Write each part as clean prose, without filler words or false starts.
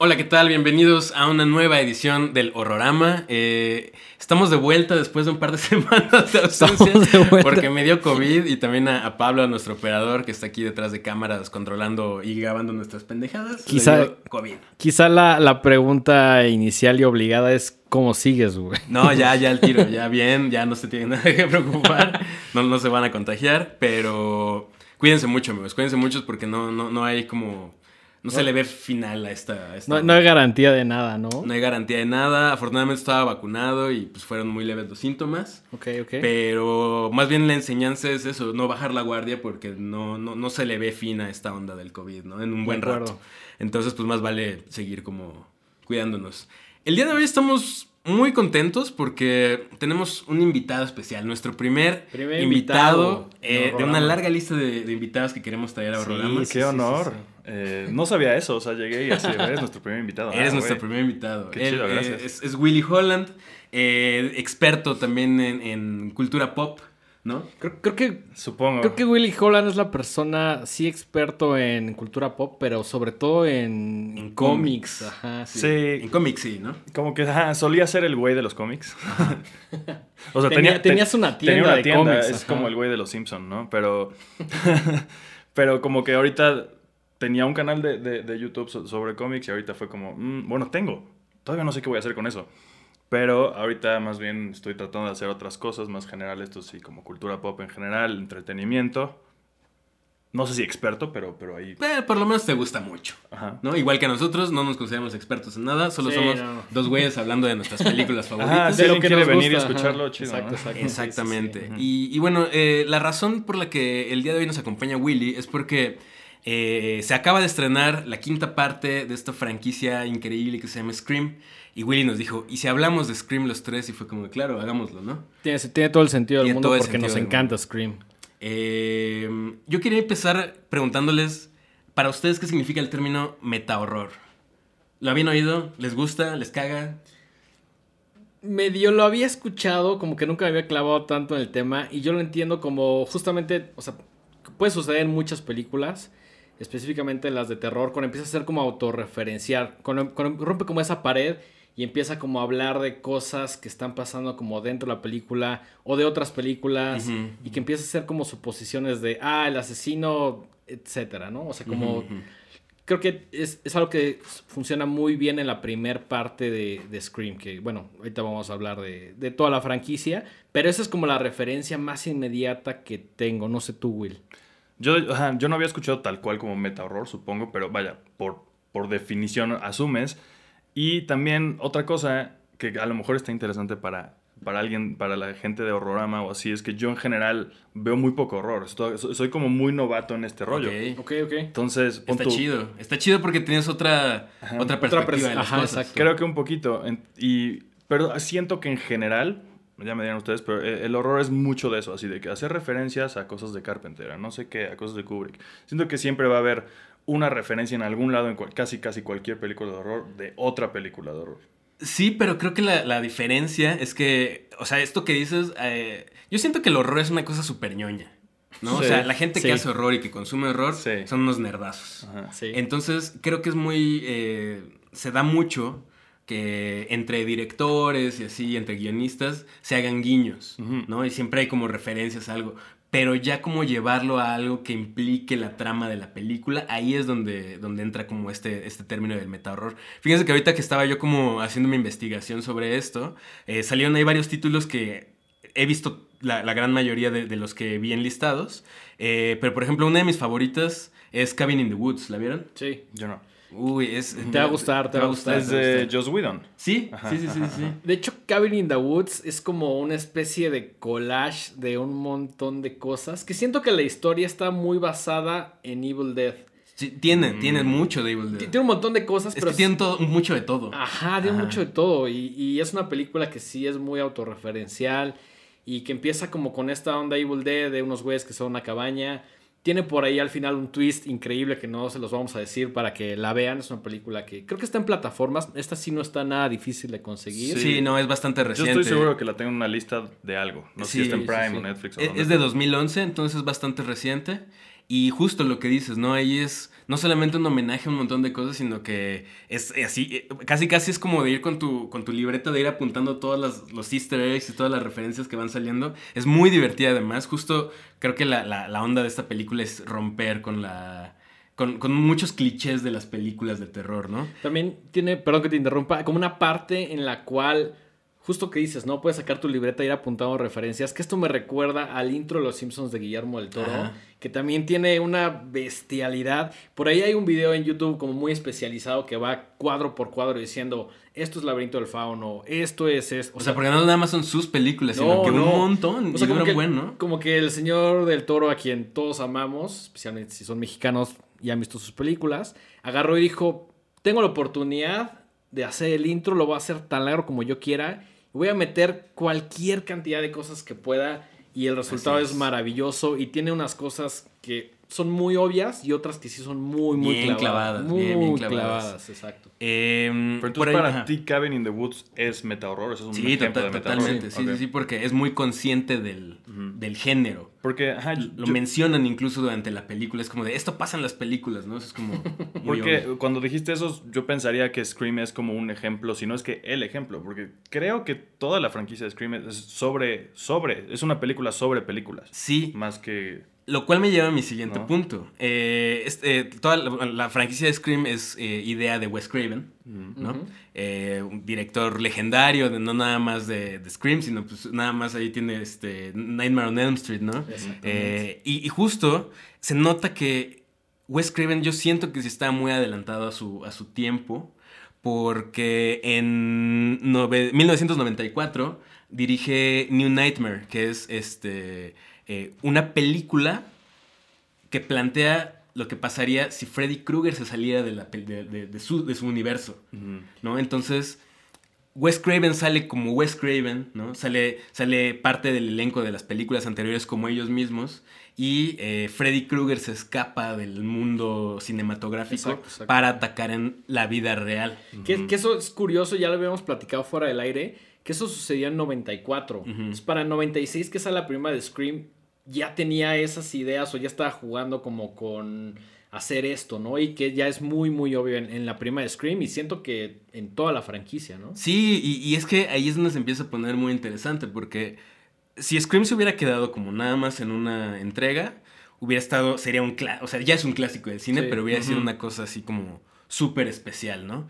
Hola, ¿qué tal? Bienvenidos a una nueva edición del Horrorama. Estamos de vuelta después de un par de semanas de ausencia porque me dio COVID y también a Pablo, a nuestro operador que está aquí detrás de cámaras controlando y grabando nuestras pendejadas. Quizá la pregunta inicial y obligada es ¿cómo sigues, güey? No, ya el tiro, ya bien, ya no se tienen nada que preocupar, no se van a contagiar, pero cuídense mucho, amigos, cuídense mucho porque no hay como... No se le ve final a esta no hay garantía de nada, ¿no? No hay garantía de nada. Afortunadamente estaba vacunado y pues fueron muy leves los síntomas. Ok. Pero más bien la enseñanza es eso, no bajar la guardia porque no se le ve fin a esta onda del COVID, ¿no? En un buen rato. Entonces pues más vale seguir como cuidándonos. El día de hoy estamos muy contentos porque tenemos un invitado especial. Nuestro primer invitado de una larga lista de invitados que queremos traer a Horrorama. Sí, qué honor. Sí. No sabía eso, o sea, llegué y así, eres nuestro primer invitado. Eres nuestro primer invitado. Qué chido, gracias. Es Willy Holland, experto también en cultura pop, ¿no? Creo que supongo. Willy Holland es la persona, sí, experto en cultura pop, pero sobre todo en cómics. Ajá, sí. En cómics, sí, ¿no? Como que solía ser el güey de los cómics. O sea, tenías una tienda de cómics. Es como el güey de los Simpson, ¿no? Pero como que ahorita tenía un canal de YouTube sobre cómics y ahorita fue como, todavía no sé qué voy a hacer con eso. Pero ahorita más bien estoy tratando de hacer otras cosas más generales, esto sí, como cultura pop en general, entretenimiento. No sé si experto, pero ahí... por lo menos te gusta mucho, ajá, ¿no? Igual que a nosotros, no nos consideramos expertos en nada, solo somos dos güeyes hablando de nuestras películas favoritas. De lo que quiere venir y escucharlo, chido, exacto, ¿no? Exactamente. Sí. Y bueno, la razón por la que el día de hoy nos acompaña Willy es porque se acaba de estrenar la quinta parte de esta franquicia increíble que se llama Scream. Y Willy nos dijo, ¿y si hablamos de Scream los tres? Y fue como, claro, hagámoslo, ¿no? Tiene todo el sentido del mundo porque nos encanta Scream. Yo quería empezar preguntándoles, para ustedes, ¿qué significa el término meta-horror? ¿Lo habían oído? ¿Les gusta? ¿Les caga? Medio lo había escuchado, como que nunca me había clavado tanto en el tema. Y yo lo entiendo como justamente, o sea, puede suceder en muchas películas, específicamente en las de terror, cuando empieza a ser como autorreferenciar, cuando rompe como esa pared y empieza como a hablar de cosas que están pasando como dentro de la película o de otras películas, uh-huh, y que empieza a ser como suposiciones de, el asesino, etcétera, ¿no? O sea, como... Uh-huh. Creo que es algo que funciona muy bien en la primer parte de Scream, que bueno, ahorita vamos a hablar de toda la franquicia, pero esa es como la referencia más inmediata que tengo, no sé tú, Will. Yo no había escuchado tal cual como meta-horror, supongo, pero vaya, por definición asumes. Y también otra cosa que a lo mejor está interesante para alguien, para la gente de Horrorama o así, es que yo en general veo muy poco horror. Soy como muy novato en este rollo. Ok. Entonces, Está chido porque tienes otra perspectiva de las cosas. Exacto. Creo que un poquito. Pero siento que en general, ya me dirán ustedes, pero el horror es mucho de eso, así de que hacer referencias a cosas de Carpenter, a no sé qué, a cosas de Kubrick. Siento que siempre va a haber una referencia en algún lado, en casi cualquier película de horror, de otra película de horror. Sí, pero creo que la diferencia es que, o sea, esto que dices, yo siento que el horror es una cosa súper ñoña, ¿no? Sí, o sea, la gente que hace horror y que consume horror son unos nerdazos. Ajá. Sí. Entonces, creo que es muy... se da mucho que entre directores y así, entre guionistas, se hagan guiños, uh-huh, ¿no? Y siempre hay como referencias a algo. Pero ya como llevarlo a algo que implique la trama de la película, ahí es donde entra como este término del meta-horror. Fíjense que ahorita que estaba yo como haciendo mi investigación sobre esto, salieron ahí varios títulos que he visto la gran mayoría de los que vi enlistados. Pero por ejemplo, una de mis favoritas es Cabin in the Woods, ¿la vieron? Sí, yo no. Uy, te va a gustar. Es de Joss Whedon. ¿Sí? Ajá, Sí. De hecho, Cabin in the Woods es como una especie de collage de un montón de cosas, que siento que la historia está muy basada en Evil Dead. Sí, tiene mucho de Evil Dead. Tiene un montón de cosas, pero... Es que tiene mucho de todo. Ajá, tiene mucho de todo. Y es una película que sí es muy autorreferencial y que empieza como con esta onda Evil Dead de unos güeyes que son una cabaña. Tiene por ahí al final un twist increíble que no se los vamos a decir para que la vean. Es una película que creo que está en plataformas. Esta sí no está nada difícil de conseguir. Sí, no, es bastante reciente. Yo estoy seguro que la tengo en una lista de algo. No sé si está en Prime o Netflix. Es de 2011, entonces es bastante reciente. Y justo lo que dices, ¿no? Ahí es no solamente un homenaje a un montón de cosas, sino que es así, casi casi es como de ir con tu libreta, de ir apuntando todos los easter eggs y todas las referencias que van saliendo. Es muy divertida además, justo creo que la onda de esta película es romper con muchos clichés de las películas de terror, ¿no? También tiene, perdón que te interrumpa, como una parte en la cual, justo que dices, ¿no? Puedes sacar tu libreta e ir apuntando referencias, que esto me recuerda al intro de Los Simpsons de Guillermo del Toro, Ajá. que también tiene una bestialidad. Por ahí hay un video en YouTube como muy especializado que va cuadro por cuadro diciendo, esto es Laberinto del Fauno, esto es esto. O sea, porque no nada más son sus películas, sino que un montón. O sea, y como duran que, buen, ¿no? como que el señor del Toro, a quien todos amamos, especialmente si son mexicanos y han visto sus películas, agarró y dijo, tengo la oportunidad de hacer el intro, lo voy a hacer tan largo como yo quiera, y voy a meter cualquier cantidad de cosas que pueda, y el resultado es maravilloso, y tiene unas cosas que son muy obvias y otras que sí son muy Bien clavadas. clavadas, Muy bien clavadas, exacto. Pero entonces por ahí, para ajá. ti Cabin in the Woods es meta horror, eso es un Sí, ejemplo de meta totalmente. horror. Sí, sí, porque es muy consciente del género. Porque, ajá, Lo mencionan incluso durante la película. Es como de, esto pasa en las películas, ¿no? Eso es como muy porque obvio. cuando dijiste eso, yo pensaría que Scream es como un ejemplo, si no es que el ejemplo, porque creo que toda la franquicia de Scream es es una película sobre películas. Sí, Más que... lo cual me lleva a mi siguiente ¿No? punto. Toda la franquicia de Scream es idea de Wes Craven, ¿no? Ujú. Un director legendario, no nada más de Scream, sino pues nada más ahí tiene Nightmare on Elm Street, ¿no? Exactamente. Y justo se nota que Wes Craven, yo siento que sí está muy adelantado a su tiempo, porque en 1994 dirige New Nightmare, que es una película que plantea lo que pasaría si Freddy Krueger se saliera de su universo, ¿no? Entonces, Wes Craven sale como Wes Craven, ¿no? Sale parte del elenco de las películas anteriores como ellos mismos, y Freddy Krueger se escapa del mundo cinematográfico Exacto. para atacar en la vida real. Que eso es curioso, ya lo habíamos platicado fuera del aire, que eso sucedió en 94. Entonces, para 96, que es la primera de Scream, ya tenía esas ideas o ya estaba jugando como con hacer esto, ¿no? Y que ya es muy obvio en la primera de Scream, y siento que en toda la franquicia, ¿no? Sí, y es que ahí es donde se empieza a poner muy interesante, porque si Scream se hubiera quedado como nada más en una entrega, sería o sea, ya es un clásico del cine, Sí. pero hubiera sido una cosa así como súper especial, ¿no?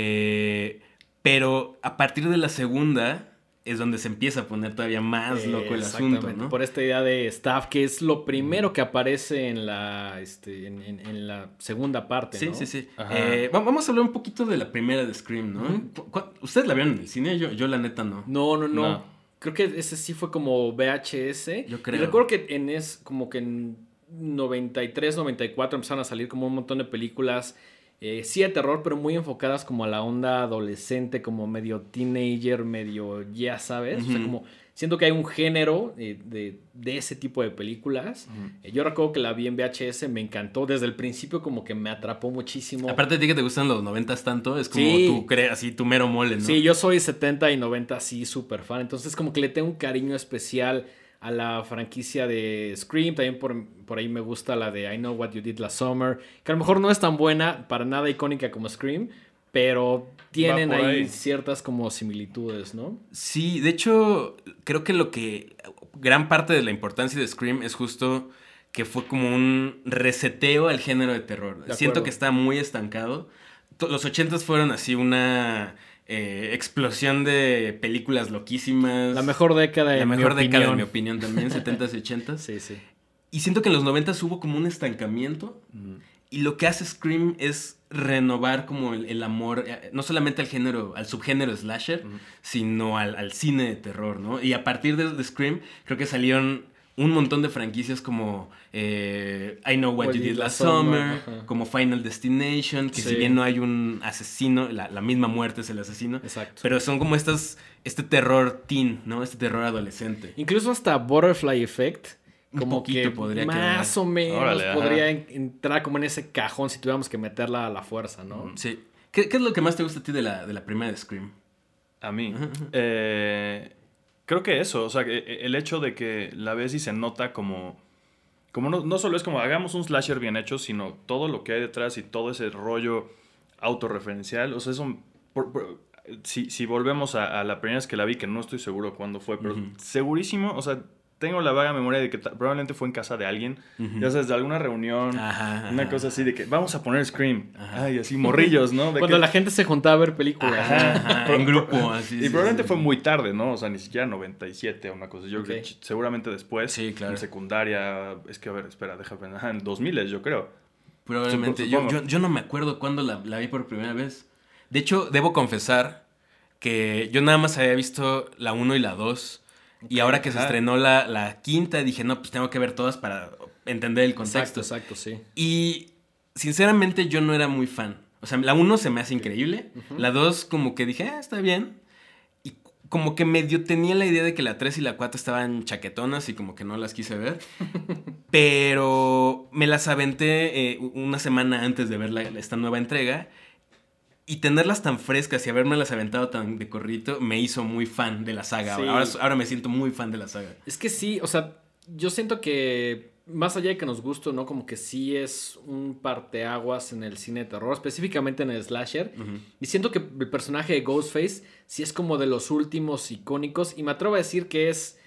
Pero a partir de la segunda es donde se empieza a poner todavía más loco el asunto, ¿no? Por esta idea de staff, que es lo primero que aparece en la, en la segunda parte, Sí, ¿no? sí. Ajá. Vamos a hablar un poquito de la primera de Scream, ¿no? ¿Ustedes la vieron en el cine? Yo la neta no. No. Creo que ese sí fue como VHS. Yo creo. Y recuerdo que como que en 93, 94 empezaron a salir como un montón de películas, sí de terror, pero muy enfocadas como a la onda adolescente, como medio teenager, medio, ya sabes. O sea, como siento que hay un género de ese tipo de películas. Yo recuerdo que la vi en VHS, me encantó. Desde el principio como que me atrapó muchísimo. Aparte de ti que te gustan los 90s tanto, es como Sí. tú crees, así tu mero mole, ¿no? Sí, yo soy 70 y 90 sí, súper fan. Entonces como que le tengo un cariño especial a la franquicia de Scream. También por ahí me gusta la de I Know What You Did Last Summer, que a lo mejor no es tan buena, para nada icónica como Scream, pero tienen Va por ahí ahí. ciertas como similitudes, ¿no? Sí, de hecho, creo que gran parte de la importancia de Scream es justo que fue como un reseteo al género de terror. De Siento acuerdo. que está muy estancado. Los 80s fueron así una explosión de películas loquísimas. La mejor década, La en mejor mi década, en opinión. mi opinión, también, 70s y 80s. Sí. Y siento que en los 90s hubo como un estancamiento. Y lo que hace Scream es renovar como el amor, no solamente al género, al subgénero slasher, sino al cine de terror, ¿no? Y a partir de Scream, creo que salieron un montón de franquicias como I Know What You Did Last Summer, ajá. como Final Destination, que Sí. si bien no hay un asesino, la misma muerte es el asesino, Exacto. pero son como este terror teen, ¿no? Este terror adolescente. Incluso hasta Butterfly Effect, Un como poquito que podría más quedar. o menos Órale, ajá. podría entrar como en ese cajón si tuviéramos que meterla a la fuerza, ¿no? Sí. ¿Qué es lo que más te gusta a ti de la primera de Scream? A mí. Creo que eso, o sea, que el hecho de que la ves y se nota como como no solo es como hagamos un slasher bien hecho, sino todo lo que hay detrás y todo ese rollo autorreferencial. O sea, eso... Si volvemos a la primera vez que la vi, que no estoy seguro cuándo fue, pero segurísimo, o sea, tengo la vaga memoria de que probablemente fue en casa de alguien, ya sabes, de alguna reunión, una cosa así de que vamos a poner Scream, y así morrillos, ¿no? De Cuando que... la gente se juntaba a ver películas. En grupo, así. Y probablemente fue muy tarde, ¿no? O sea, ni siquiera 97 o una cosa. Yo creo que seguramente después, sí, claro. en secundaria, es que a ver, espera, déjame, en 2000 yo creo. Probablemente. Yo no me acuerdo cuándo la vi por primera vez. De hecho, debo confesar que yo nada más había visto la 1 y la 2. Y ahora que se estrenó la quinta, dije, no, pues tengo que ver todas para entender el contexto. Exacto, sí. Y sinceramente yo no era muy fan. O sea, la 1 se me hace increíble. La 2 como que dije, está bien. Y como que medio tenía la idea de que la 3 y la 4 estaban chaquetonas y como que no las quise ver. Pero me las aventé una semana antes de ver esta nueva entrega. Y tenerlas tan frescas y habérmelas aventado tan de corrito me hizo muy fan de la saga. Sí. Ahora me siento muy fan de la saga. Es que sí, o sea, yo siento que más allá de que nos guste, ¿no? Como que sí es un parteaguas en el cine de terror, específicamente en el slasher. Y siento que el personaje de Ghostface sí es como de los últimos icónicos. Y me atrevo a decir que es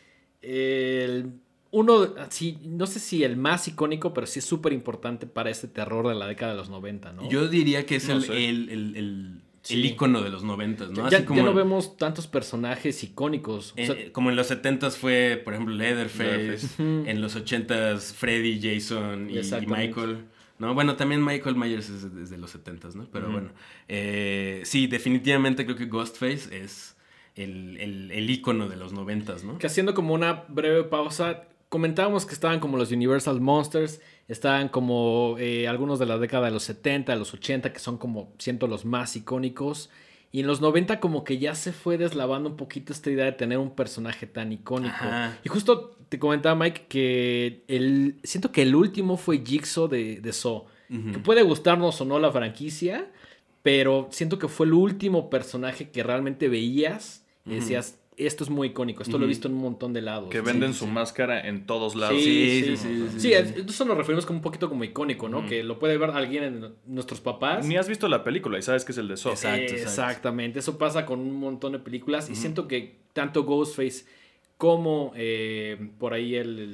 uno, sí, no sé si el más icónico, pero sí es súper importante para este terror de la década de los 90, ¿no? Yo diría que es el ícono de los 90, ¿no? Ya no vemos tantos personajes icónicos. O sea, como en los 70s fue, por ejemplo, Leatherface. En los 80s, Freddy, Jason y Michael. ¿No? Bueno, también Michael Myers es desde los 70s, ¿no? Pero bueno. Sí, definitivamente creo que Ghostface es el ícono de los 90s, ¿no? Que haciendo como una breve pausa... Comentábamos que estaban como los Universal Monsters, estaban como algunos de la década de los 70, de los 80, que son como, siento, los más icónicos. Y en los 90 como que ya se fue deslavando un poquito esta idea de tener un personaje tan icónico. Y justo te comentaba, Mike, que siento que el último fue Jigsaw de Saw. Que puede gustarnos o no la franquicia, pero siento que fue el último personaje que realmente veías y decías... Esto es muy icónico, esto lo he visto en un montón de lados. Que venden su máscara en todos lados. Sí, eso nos referimos como un poquito como icónico, ¿no? Que lo puede ver alguien en nuestros papás. Ni has visto la película y sabes que es el de Saw. Exactamente, eso pasa con un montón de películas y siento que tanto Ghostface como por ahí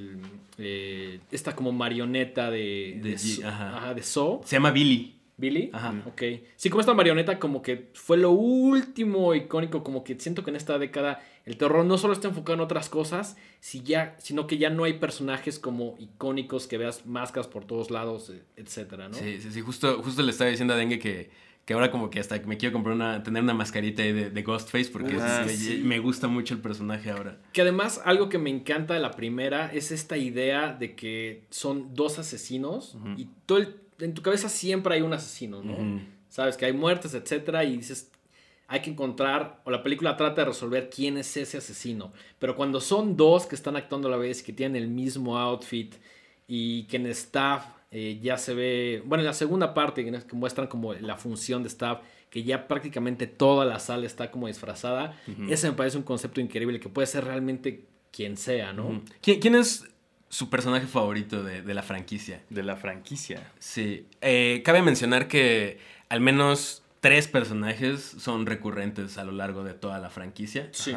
esta como marioneta de Saw. Se llama Billy. ¿Billy? Ok. Sí, como esta marioneta como que fue lo último icónico, como que siento que en esta década el terror no solo está enfocado en otras cosas, sino que ya no hay personajes como icónicos que veas máscaras por todos lados, etcétera, ¿no? Sí, justo le estaba diciendo a Dengue que ahora como que hasta me quiero comprar tener una mascarita ahí de Ghostface porque me gusta mucho el personaje ahora. Que además algo que me encanta de la primera es esta idea de que son dos asesinos y en tu cabeza siempre hay un asesino, ¿no? Sabes que hay muertes, etcétera, y dices, hay que encontrar, o la película trata de resolver quién es ese asesino. Pero cuando son dos que están actuando a la vez, que tienen el mismo outfit, y que en Staff ya se ve, bueno, en la segunda parte, que muestran como la función de Staff, que ya prácticamente toda la sala está como disfrazada, ese me parece un concepto increíble, que puede ser realmente quien sea, ¿no? ¿Quién es su personaje favorito de la franquicia? De la franquicia. Sí. Cabe mencionar que al menos 3 personajes son recurrentes a lo largo de toda la franquicia. Sí.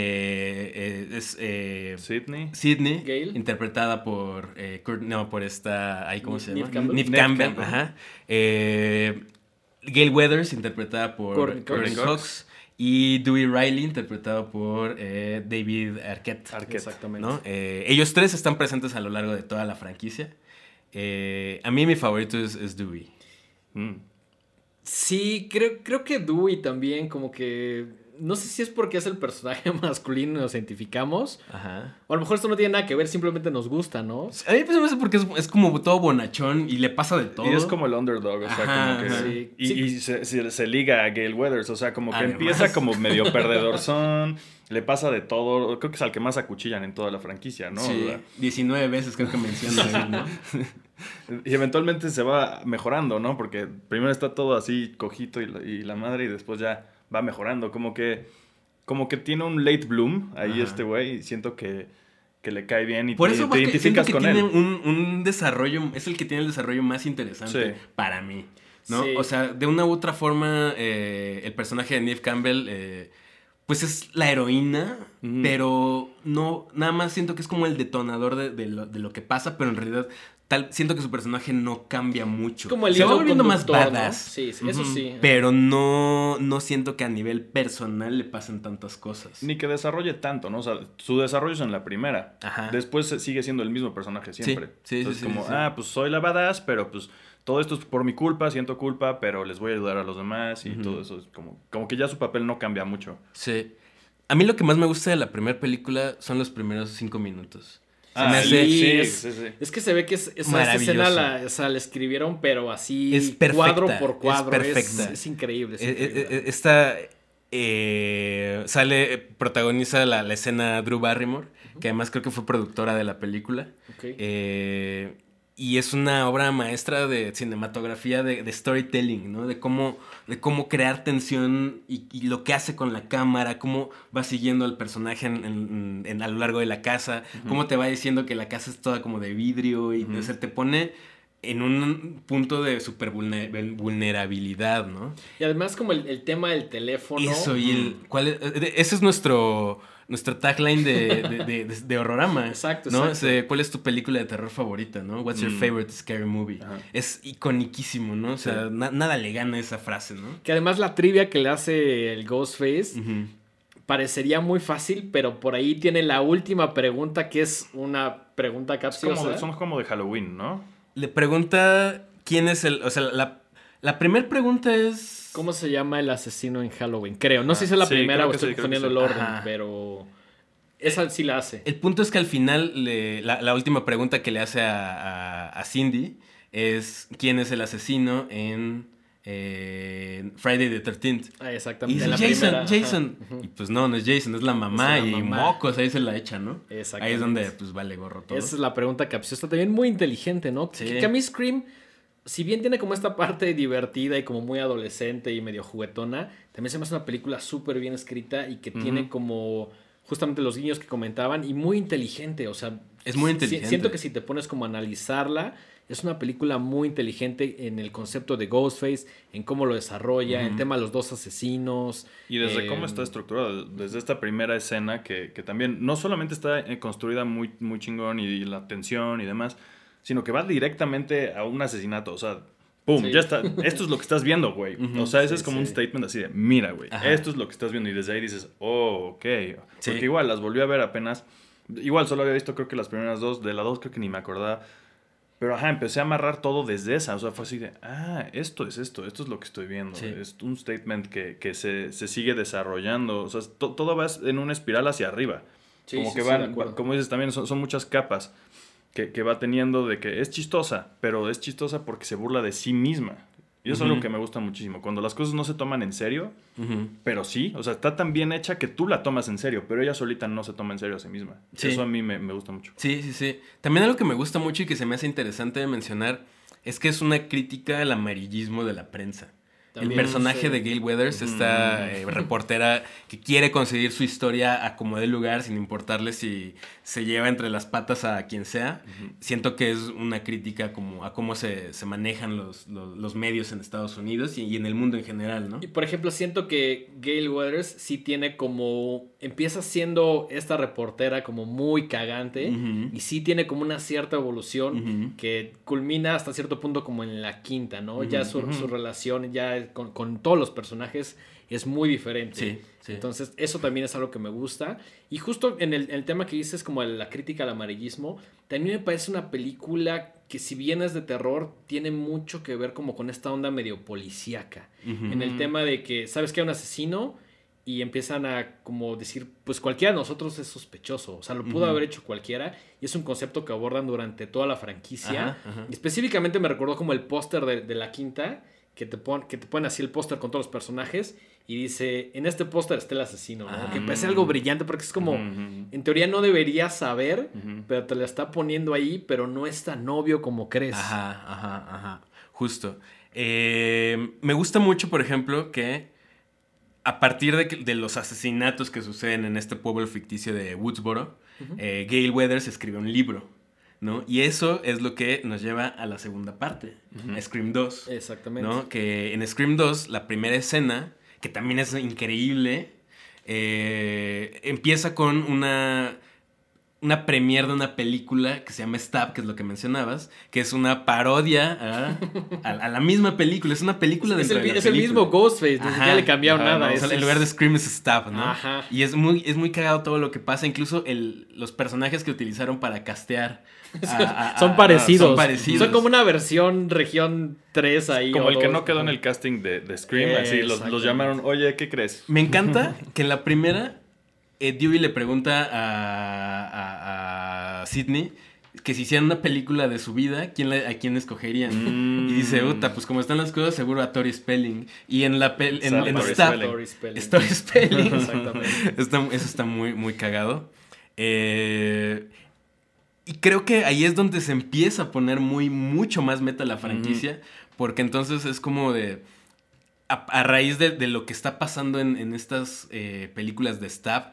Sidney. Gale. Interpretada por por esta... ¿Cómo se llama? Neve Campbell. Ajá. Gale Weathers, interpretada por Courtney Cox. Y Dewey Riley, interpretado por David Arquette. Exactamente. ¿No? Ellos 3 están presentes a lo largo de toda la franquicia. A mí mi favorito es Dewey. Sí, creo que Dewey también como que... No sé si es porque es el personaje masculino y nos identificamos. Ajá. O a lo mejor esto no tiene nada que ver, simplemente nos gusta, ¿no? A mí me parece porque es como todo bonachón y le pasa de todo. Y es como el underdog, o sea, como que... Y se liga a Gale Weathers, o sea, como que empieza como medio perdedorzón, le pasa de todo. Creo que es al que más acuchillan en toda la franquicia, ¿no? Sí, 19 veces creo que menciona, ¿no? Y eventualmente se va mejorando, ¿no? Porque primero está todo así cojito y la madre y después ya... va mejorando, como que tiene un late bloom ahí este güey, y siento que que le cae bien y Por te eso identificas con tiene él. un desarrollo, es el que tiene el desarrollo más interesante para mí, ¿no? Sí. O sea, de una u otra forma, el personaje de Neve Campbell, pues es la heroína, pero no, nada más siento que es como el detonador de lo que pasa, pero en realidad siento que su personaje no cambia mucho. Como el se va hilo volviendo más conductor, ¿no? badass. Sí, eso sí. Pero no siento que a nivel personal le pasen tantas cosas. Ni que desarrolle tanto, ¿no? O sea, su desarrollo es en la primera. Ajá. Después sigue siendo el mismo personaje siempre. Sí, Entonces, como, sí. pues soy la badass, pero pues todo esto es por mi culpa, siento culpa, pero les voy a ayudar a los demás y todo eso. Es como que ya su papel no cambia mucho. Sí. A mí lo que más me gusta de la primera película son los primeros 5 minutos. Es que se ve que esa escena la escribieron, pero así es perfecta, cuadro por cuadro. Es perfecta. Es increíble. Esta protagoniza la escena Drew Barrymore, que además creo que fue productora de la película. Okay. Y es una obra maestra de cinematografía, de storytelling, ¿no? De cómo crear tensión y lo que hace con la cámara, cómo va siguiendo al personaje a lo largo de la casa, cómo te va diciendo que la casa es toda como de vidrio y o sea, te pone en un punto de super vulnerabilidad, ¿no? Y además como el tema del teléfono. Eso, y ese es nuestro tagline de Horrorama. Exacto, ¿no? exacto. ¿Cuál es tu película de terror favorita, no? What's your favorite scary movie? Ajá. Es iconiquísimo, ¿no? O sea, nada le gana esa frase, ¿no? Que además la trivia que le hace el Ghostface parecería muy fácil, pero por ahí tiene la última pregunta, que es una pregunta capciosa. Son como de Halloween, ¿no? Le pregunta quién es el... O sea, la primera pregunta es... ¿Cómo se llama el asesino en Halloween? Creo. No sé si es la primera o estoy confundiendo el orden, pero esa sí la hace. El punto es que al final la última pregunta que le hace a Cindy es quién es el asesino en Friday the 13th. Exactamente. Y dice, Jason. Y pues no es Jason, es la mamá y mocos, ahí se la echa, ¿no? Ahí es donde pues vale gorro todo. Esa es la pregunta capciosa, también muy inteligente, ¿no? Sí. Que a mí Scream, si bien tiene como esta parte divertida y como muy adolescente y medio juguetona, también se me hace una película súper bien escrita y que tiene como justamente los guiños que comentaban y muy inteligente, o sea... Es muy inteligente. Siento que si te pones como a analizarla, es una película muy inteligente en el concepto de Ghostface, en cómo lo desarrolla, en tema de los dos asesinos. Y desde cómo está estructurado, desde esta primera escena que también no solamente está construida muy, muy chingón y la tensión y demás, sino que va directamente a un asesinato, o sea... ¡Pum! Sí. Ya está. Esto es lo que estás viendo, güey. O sea, ese es como un statement así de, mira, güey, esto es lo que estás viendo. Y desde ahí dices, oh, ok. Sí. Porque igual las volví a ver apenas. Igual solo había visto creo que las primeras dos. De las dos creo que ni me acordaba. Pero empecé a amarrar todo desde esa. O sea, fue así de, esto es lo que estoy viendo. Sí. Es un statement que se sigue desarrollando. O sea, todo va en una espiral hacia arriba. Sí, como que van, como dices también, son muchas capas. Que va teniendo de que es chistosa, pero es chistosa porque se burla de sí misma. Y eso es algo que me gusta muchísimo. Cuando las cosas no se toman en serio, pero sí, o sea, está tan bien hecha que tú la tomas en serio, pero ella solita no se toma en serio a sí misma. Sí. Eso a mí me gusta mucho. Sí. También algo que me gusta mucho y que se me hace interesante de mencionar es que es una crítica al amarillismo de la prensa. También, el personaje de Gale Weathers, esta reportera que quiere conseguir su historia a como dé lugar, sin importarle si se lleva entre las patas a quien sea. Siento que es una crítica como a cómo se manejan los medios en Estados Unidos y en el mundo en general, ¿no? Y por ejemplo, siento que Gale Weathers sí tiene como... Empieza siendo esta reportera como muy cagante y sí tiene como una cierta evolución que culmina hasta cierto punto como en la quinta, ¿no? Ya su relación ya con todos los personajes es muy diferente. Sí. Entonces, eso también es algo que me gusta. Y justo en el tema que dices, como la crítica al amarillismo, también me parece una película que, si bien es de terror, tiene mucho que ver como con esta onda medio policíaca. En el tema de que, ¿sabes que hay un asesino? Y empiezan a como decir, pues cualquiera de nosotros es sospechoso. O sea, lo pudo haber hecho cualquiera. Y es un concepto que abordan durante toda la franquicia. Y específicamente me recordó como el póster de la quinta, que te ponen así el póster con todos los personajes y dice, en este póster está el asesino, ¿no? Que parece algo brillante porque es como, en teoría no deberías saber, pero te la está poniendo ahí, pero no es tan obvio como crees. Justo. Me gusta mucho, por ejemplo, que a partir de los asesinatos que suceden en este pueblo ficticio de Woodsboro, Gale Weathers escribe un libro, ¿no? Y eso es lo que nos lleva a la segunda parte, a Scream 2. Exactamente. ¿No? Que en Scream 2, la primera escena, que también es increíble, empieza con una premiere de una película que se llama Stab, que es lo que mencionabas, que es una parodia a la misma película. Es una película dentro de la película. Es el mismo Ghostface, ni siquiera le cambiaron nada. No, o sea, en lugar de Scream es Stab, ¿no? Ajá. Y es muy cagado todo lo que pasa. Incluso los personajes que utilizaron para castear son parecidos. Son parecidos. Son como una versión región 3 ahí. Como el que 2, no quedó en el casting de Scream, así los llamaron, oye, ¿qué crees? Me encanta que en la primera Dewey le pregunta a Sidney que si hicieran una película de su vida, ¿a quién escogerían? Y dice, pues como están las cosas, seguro a Tori Spelling. Y en Stab, Tori Spelling. Exactamente. Eso está muy, muy cagado. Y creo que ahí es donde se empieza a poner mucho más meta la franquicia, porque entonces es como de... A raíz de lo que está pasando en estas películas de Stab,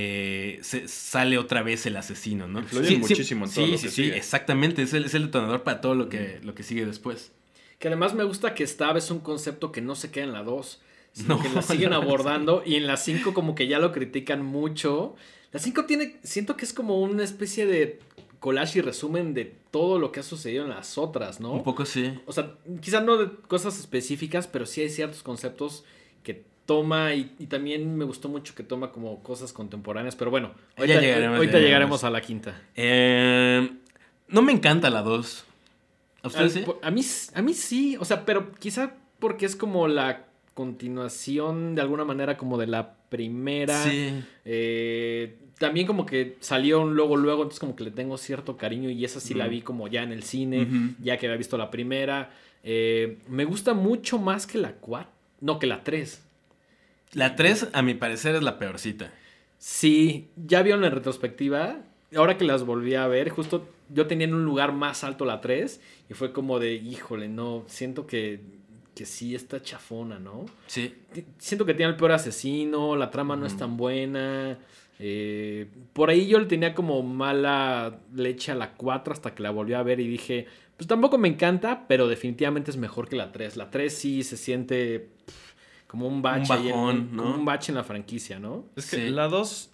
sale otra vez el asesino, ¿no? Influye muchísimo en todo lo que sigue. Exactamente. Es el detonador para todo lo que sigue después. Que además me gusta que Stab es un concepto que no se queda en la 2, sino que la siguen abordando. Y en la 5 como que ya lo critican mucho. La 5 siento que es como una especie de collage y resumen de todo lo que ha sucedido en las otras, ¿no? Un poco sí. O sea, quizás no de cosas específicas, pero sí hay ciertos conceptos que toma y también me gustó mucho que toma como cosas contemporáneas, pero bueno, ahorita llegaremos a la quinta. No me encanta la 2. ¿A ustedes sí? A mí sí, o sea, pero quizá porque es como la continuación de alguna manera como de la primera. Sí. También como que salió luego, entonces como que le tengo cierto cariño y esa sí la vi como ya en el cine, ya que había visto la primera. Me gusta mucho más que la 4, no, que la 3. La 3, a mi parecer, es la peorcita. Sí, ya vieron en retrospectiva, ahora que las volví a ver, justo yo tenía en un lugar más alto la 3 y fue como de, híjole, no, siento que sí está chafona, ¿no? Sí. Siento que tiene el peor asesino, la trama no es tan buena. Por ahí yo le tenía como mala leche a la 4 hasta que la volví a ver y dije, pues tampoco me encanta, pero definitivamente es mejor que la 3. La 3 sí se siente como un bache. Un bajón, ¿no? Como un bache en la franquicia, ¿no? Es que la 2,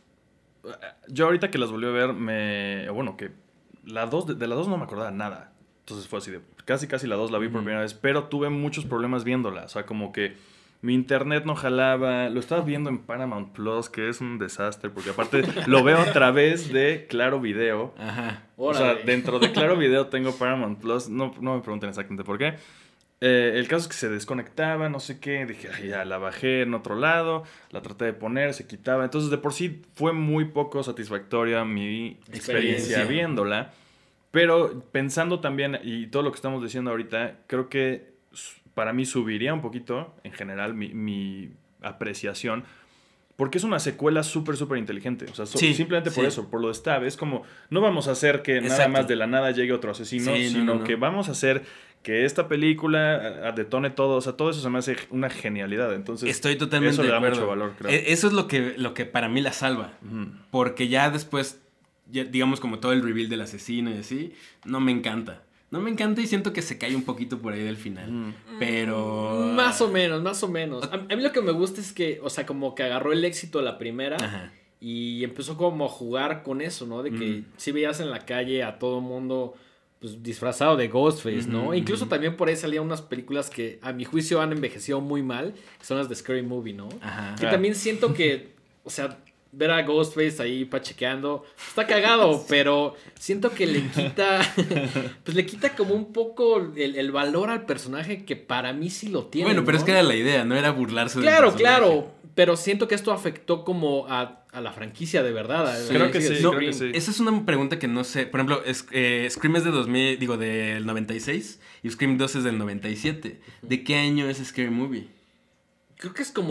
yo ahorita que las volví a ver, que la 2, de la 2 no me acordaba nada. Entonces fue así de, casi la 2 la vi por primera vez, pero tuve muchos problemas viéndola. O sea, como que mi internet no jalaba, lo estaba viendo en Paramount Plus, que es un desastre, porque aparte lo veo a través de Claro Video. Ajá. O sea, dentro de Claro Video tengo Paramount Plus, no me pregunten exactamente por qué. El caso es que se desconectaba, no sé qué, dije, ya la bajé en otro lado, la traté de poner, se quitaba. Entonces, de por sí fue muy poco satisfactoria mi experiencia viéndola. Pero pensando también, y todo lo que estamos diciendo ahorita, creo que para mí subiría un poquito, en general, mi apreciación, porque es una secuela súper inteligente. O sea, simplemente por eso, por lo de Stab. Es como, no vamos a hacer que nada más de la nada llegue otro asesino, sino que vamos a hacer que esta película detone todo. O sea, todo eso se me hace una genialidad. Entonces, estoy totalmente eso le da de acuerdo. mucho valor, creo. Eso es lo que para mí la salva. Porque ya después, digamos como todo el reveal del asesino y así, no me encanta. No me encanta y siento que se cae un poquito por ahí del final. Pero... Más o menos. A mí lo que me gusta es que, o sea, como que agarró el éxito de la primera. Ajá. Y empezó como a jugar con eso, ¿no? De que si veías en la calle a todo mundo pues disfrazado de Ghostface, ¿no? Incluso también por ahí salían unas películas que a mi juicio han envejecido muy mal, que son las de Scary Movie, ¿no? Ajá. Que también siento que, o sea, ver a Ghostface ahí pachequeando está cagado, pero siento que le quita como un poco el valor al personaje que para mí sí lo tiene. Bueno, pero ¿no? es que era la idea, no era burlarse del personaje. Claro, pero siento que esto afectó como a la franquicia de verdad. Creo que sí. Esa es una pregunta que no sé. Por ejemplo, Scream es de del 96 y Scream 2 es del 97. ¿De qué año es Scary Movie? Creo que es como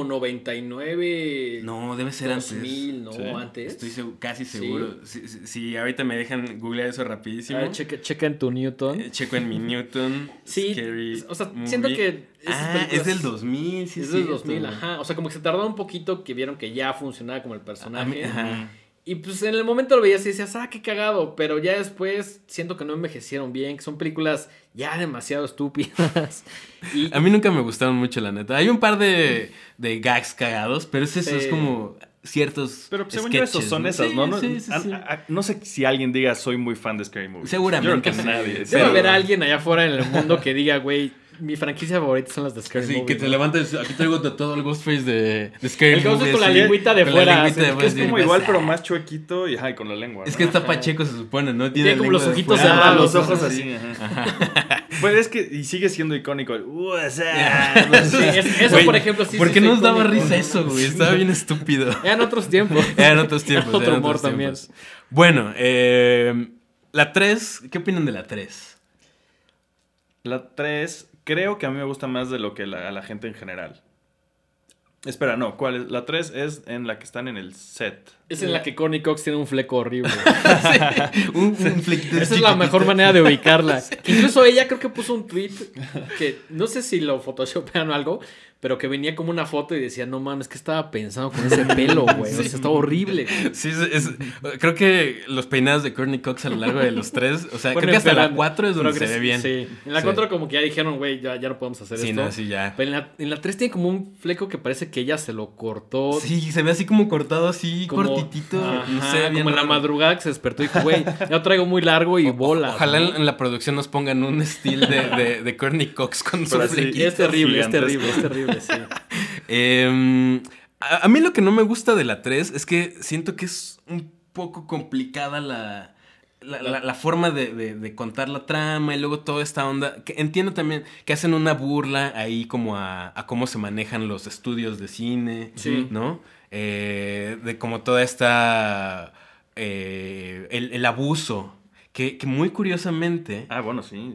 99. No, debe ser 2000, ¿no? ¿Sí? Antes. Estoy casi seguro. Si ahorita me dejan googlear eso rapidísimo. A ver, checa en tu Newton. Checo en mi Newton. Sí, Scary o sea, Movie. siento que... Es del 2000, sí. Es del 2000, ajá. O sea, como que se tardó un poquito que vieron que ya funcionaba como el personaje. Ajá. Y pues en el momento lo veías y decías, qué cagado. Pero ya después siento que no envejecieron bien, que son películas ya demasiado estúpidas. A mí nunca me gustaron mucho, la neta. Hay un par de gags cagados, pero es como ciertos Pero según sketches, yo esos son ¿no? esas, Sí, ¿no? sí. No sé si alguien diga soy muy fan de Scary Movie. Seguramente Yo creo que sí. nadie. Debe haber alguien allá afuera en el mundo que diga, güey, mi franquicia favorita son las de Scary Sí, Movie. que te ¿no? levantes. Aquí traigo todo el Ghostface de Scary El Ghostface Movie, con la sí, lengüita de con fuera, la lengüita así, de Que fuera, es sí, como pues, igual, pero más chuequito y con la lengua. Es ¿no? que está pacheco, se supone, ¿no? Tiene como la los lengua de ojitos fuera. cerrados, los ojos así. así. Ajá. Pues es que y sigue siendo icónico. Sí, eso, Güey, por ejemplo, sí. ¿Por sí qué fue nos daba icónico, risa ¿no? eso, güey? Estaba bien estúpido. Eran otros tiempos. Eran otros tiempos. Otro eran humor otros también. tiempos. Bueno, la 3, ¿qué opinan de la 3? La 3, creo que a mí me gusta más de lo que a la gente en general. Espera, no, ¿cuál es? La 3 es en la que están en el set. Es en la que Courtney Cox tiene un fleco horrible. un flequito Esa es la mejor manera de ubicarla. Que incluso ella creo que puso un tweet que no sé si lo photoshopean o algo, pero que venía como una foto y decía, no mames, ¿qué estaba pensando con ese pelo, güey? O sea, estaba horrible. Sí, creo que los peinados de Courtney Cox a lo largo de los 3, o sea, Bueno, creo que hasta la empeorando. 4 es donde se ve bien. Sí, en la Sí. 4 como que ya dijeron, güey, ya no podemos hacer Sí, esto. no, sí, ya. Pero en la 3 tiene como un fleco que parece que ella se lo cortó. Sí, se ve así como cortado, así como, cortitito. ajá, No sé, bien como en la raro. madrugada que se despertó y dijo, güey, ya lo traigo muy largo y bola. Ojalá ¿no? en la producción nos pongan un estilo de Courtney Cox con su Pero así, flequito. Y es terrible, gigantesco. sí. A mí lo que no me gusta de la 3 es que siento que es un poco complicada la forma de contar la trama y luego toda esta onda. Que entiendo también que hacen una burla ahí como a cómo se manejan los estudios de cine, Sí. ¿no? De como toda esta... el abuso. Que muy curiosamente... Ah, bueno, sí.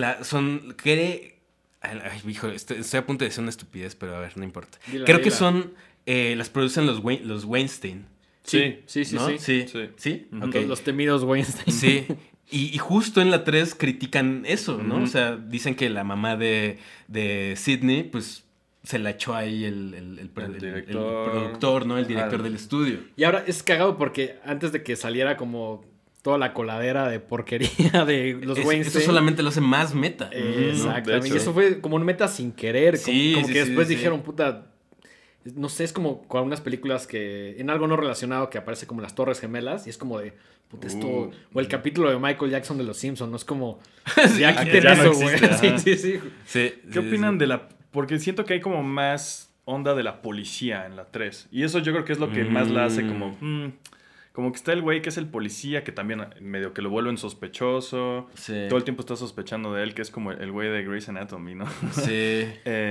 Ay, hijo, estoy a punto de decir una estupidez, pero a ver, no importa. Dila, Creo que dila. son... las producen los Weinstein. Sí. ¿No? Sí. ¿Sí? Ujú. Ok. Los temidos Weinstein. Sí. Y justo en la 3 critican eso, ¿no? Ujú. O sea, dicen que la mamá de Sidney, pues, se la echó ahí el productor, ¿no? El director del estudio. Y ahora es cagado porque antes de que saliera como toda la coladera de porquería de los Weinstein. Eso solamente lo hace más meta. ¿no? Exactamente. De Y hecho. eso fue como un meta sin querer. Sí, como sí, que sí, después sí. dijeron, puta. No sé, es como con algunas películas que. En algo no relacionado que aparece como las Torres Gemelas. Y es como de. Puta, esto. O el capítulo de Michael Jackson de Los Simpsons. No es como. Ya quiten ya no eso, güey. existe, Sí, ajá. sí, sí. Sí, ¿Qué opinan de la...? Porque siento que hay como más onda de la policía en la 3. Y eso yo creo que es lo que más la hace como... como que está el güey que es el policía, que también medio que lo vuelven sospechoso. Sí. Todo el tiempo está sospechando de él, que es como el güey de Grey's Anatomy, ¿no? Sí.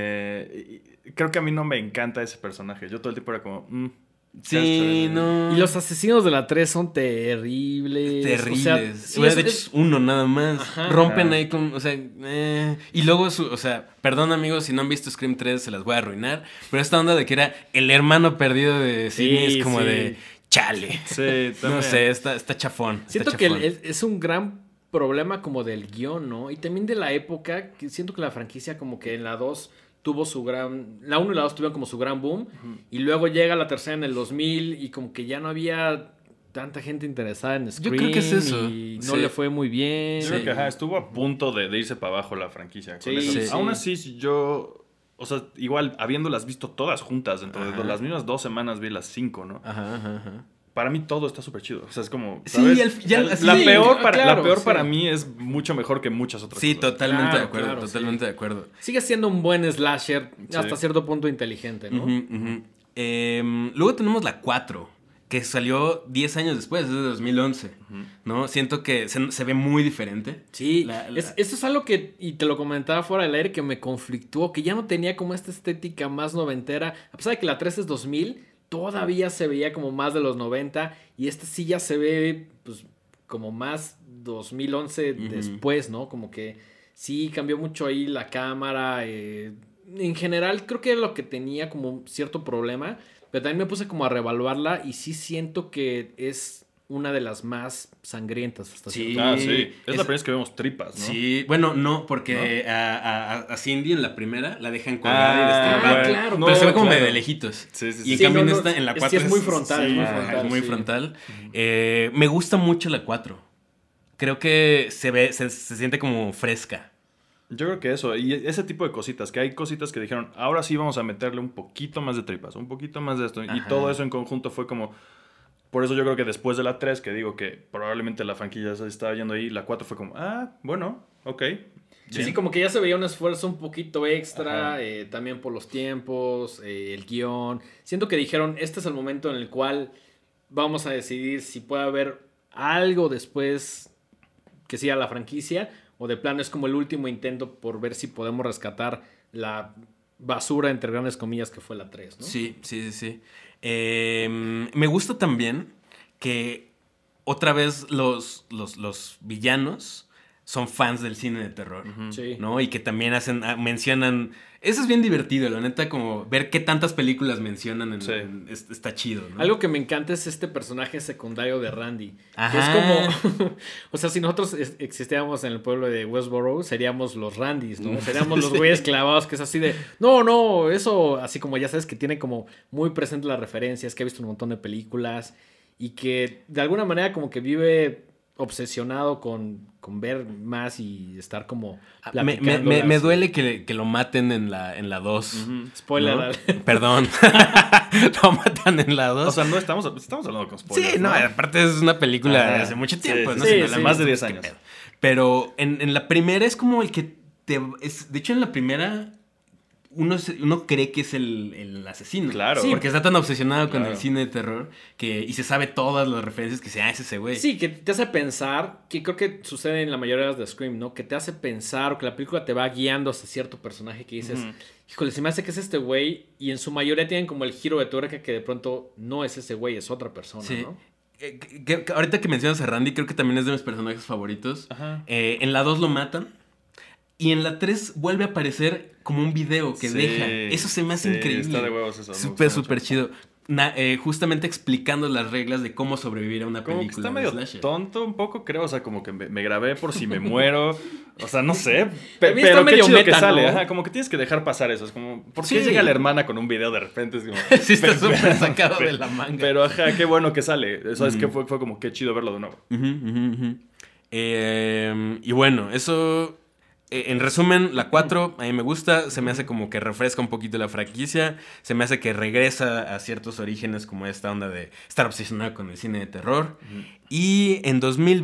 Creo que a mí no me encanta ese personaje. Yo todo el tiempo era como... Sí, no. Y los asesinos de la 3 son terribles. Terribles. O sea, sí, Bueno, de hecho es uno nada más. Ajá. Rompen Ajá. ahí con, o sea, y luego o sea, perdón amigos si no han visto Scream 3 se las voy a arruinar, pero esta onda de que era el hermano perdido de Sidney Sí, es como sí. de chale. Sí, No también. sé, está chafón. está Siento que chafón. es un gran problema como del guión, ¿no? Y también de la época, que siento que la franquicia como que en la 2 tuvo su gran... La 1 y la 2 tuvieron como su gran boom. Y luego llega la tercera en el 2000 y como que ya no había tanta gente interesada en Scream. creo que es eso. Y no Sí. le fue muy bien. Yo creo que estuvo a punto de irse para abajo la franquicia. Con Sí, eso. sí. Aún así, si yo... O sea, igual, habiéndolas visto todas juntas, dentro Ajá. de las mismas 2 semanas vi las 5, ¿no? Ajá. Para mí todo está súper chido. O sea, es como... Sí, ¿sabes? La sí, peor, claro, la peor sí. para mí es mucho mejor que muchas otras Sí, cosas. totalmente Claro, de acuerdo, claro, totalmente de acuerdo. Sigue siendo un buen slasher Sí. hasta cierto punto inteligente, ¿no? Ujú. Luego tenemos la 4, que salió 10 años después, es de 2011, ¿no? Siento que se ve muy diferente. Sí, La- eso es algo que, y te lo comentaba fuera del aire, que me conflictuó, que ya no tenía como esta estética más noventera. A pesar de que la 3 es 2000, todavía se veía como más de los 90, y esta sí ya se ve, pues, como más 2011 después, ¿no? Como que sí cambió mucho ahí la cámara. En general, creo que era lo que tenía como cierto problema, pero también me puse como a reevaluarla, y sí siento que es una de las más sangrientas hasta Sí. cierto punto. Sí. Es la primera vez que vemos tripas, ¿no? Sí, bueno, no, porque a Cindy en la primera la dejan colgada y destripada. bueno. claro. Pero se ve como claro. medio de lejitos. Sí, sí, Y sí. en Sí, cambio no, en no, esta, en la es 4 que es muy frontal, sí, muy frontal, es muy sí. frontal. Me gusta mucho la 4. Creo que se siente como fresca. Yo creo que eso, y ese tipo de cositas, que hay cositas que dijeron, ahora sí vamos a meterle un poquito más de tripas, un poquito más de esto, y Ajá. todo eso en conjunto fue como, por eso yo creo que después de la 3, que digo que probablemente la franquicia se estaba yendo ahí, la 4 fue como, bueno, ok. Sí, bien. sí, como que ya se veía un esfuerzo un poquito extra, Ajá. también por los tiempos, el guión. Siento que dijeron, este es el momento en el cual vamos a decidir si puede haber algo después que siga la franquicia, o de plano es como el último intento por ver si podemos rescatar la basura, entre grandes comillas, que fue la 3, ¿no? Sí, sí, sí, sí. Me gusta también que otra vez los villanos son fans del cine de terror, Sí. ¿no? Y que también mencionan... Eso es bien divertido, la neta, como ver qué tantas películas mencionan. Sí. Está chido, ¿no? Algo que me encanta es este personaje secundario de Randy. Ajá. Que es como... o sea, si nosotros existiéramos en el pueblo de Westboro, seríamos los Randys, ¿no? Seríamos los güeyes clavados que es así de... No, eso... Así como ya sabes que tiene como muy presente las referencias, que ha visto un montón de películas y que de alguna manera como que vive obsesionado con ver más y estar como Me platicándolas. duele que lo maten en la 2. Spoiler. ¿no? Perdón. Lo matan en la 2. O sea, no estamos hablando con spoilers, Sí, no, aparte es una película de Ajá. hace mucho Sí, tiempo, sí, ¿no? sí, Si no sí. la Más de viste, 10 pues, años. qué pedo. Pero en la primera es como el que de hecho, en la primera uno cree que es el asesino. Claro. Sí, porque está tan obsesionado con Claro. el cine de terror y se sabe todas las referencias que es ese güey. Sí, que te hace pensar, que creo que sucede en la mayoría de las de Scream, ¿no? Que te hace pensar o que la película te va guiando hacia cierto personaje que dices, híjole, se me hace que es este güey, y en su mayoría tienen como el giro de tuerca que de pronto no es ese güey, es otra persona, Sí. ¿no? Que ahorita que mencionas a Randy, creo que también es de mis personajes favoritos. Ajá. En la 2 lo matan. Y en la 3 vuelve a aparecer como un video que Sí, deja. Eso se me hace sí, increíble. está de huevos eso, me Súper, gusta súper mucho. chido. Justamente explicando las reglas de cómo sobrevivir a una Como que película está de medio slasher. tonto un poco, creo. O sea, como que me grabé por si me muero. O sea, no sé. También está Pero qué medio chido meta, que sale. ¿no? Ajá, como que tienes que dejar pasar eso. Es como, ¿por qué Sí. llega la hermana con un video de repente? Es como, Sí, está súper sacado de la manga. pero ajá, qué bueno que sale. Eso es que fue como qué chido verlo de nuevo. Ujú, ujú, ujú. Y bueno, eso... en resumen, la 4 a mí me gusta, se me hace como que refresca un poquito la franquicia, se me hace que regresa a ciertos orígenes como esta onda de estar obsesionado con el cine de terror. Y en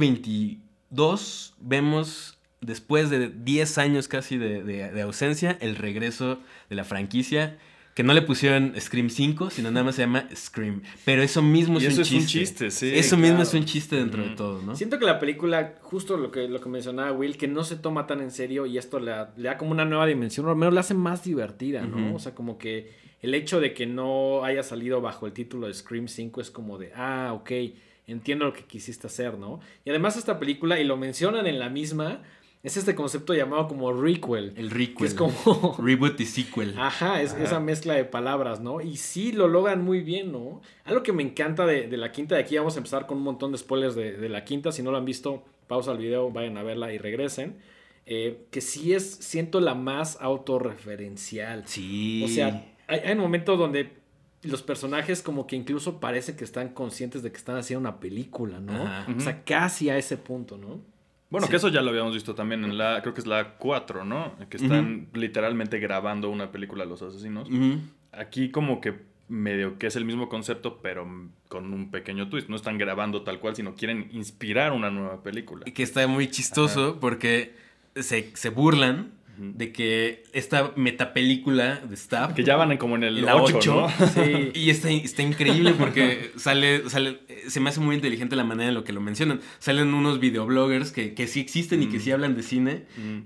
2022 vemos, después de 10 años casi de ausencia, el regreso de la franquicia, que no le pusieron Scream 5, sino nada más se llama Scream. Pero eso mismo Y es eso un es un chiste. chiste, sí, Eso mismo claro. es un chiste dentro de todo, ¿no? Siento que la película, justo lo que mencionaba Will, que no se toma tan en serio y esto le da como una nueva dimensión, o al menos la hace más divertida, ¿no? Ujú. O sea, como que el hecho de que no haya salido bajo el título de Scream 5 es como de, ok, entiendo lo que quisiste hacer, ¿no? Y además esta película, y lo mencionan en la misma, es este concepto llamado como requel. El requel. Que es como... Reboot y sequel. Ajá, es esa mezcla de palabras, ¿no? Y sí lo logran muy bien, ¿no? Algo que me encanta de la quinta, de aquí vamos a empezar con un montón de spoilers de la quinta. Si no lo han visto, pausa el video, vayan a verla y regresen. Que sí siento la más autorreferencial. Sí. O sea, hay momentos donde los personajes como que incluso parece que están conscientes de que están haciendo una película, ¿no? Ajá. O sea, casi a ese punto, ¿no? Bueno, Sí. que eso ya lo habíamos visto también en creo que es la 4, ¿no? Que están literalmente grabando una película Los Asesinos. Ujú. Aquí como que medio que es el mismo concepto, pero con un pequeño twist. No están grabando tal cual, sino quieren inspirar una nueva película. Y que está muy chistoso porque se burlan de que esta metapelícula de Stab... Que ya van como en el la 8, 8, ¿no? Sí. Y está increíble porque sale, se me hace muy inteligente la manera en lo que lo mencionan. Salen unos videobloggers que sí existen y que sí hablan de cine,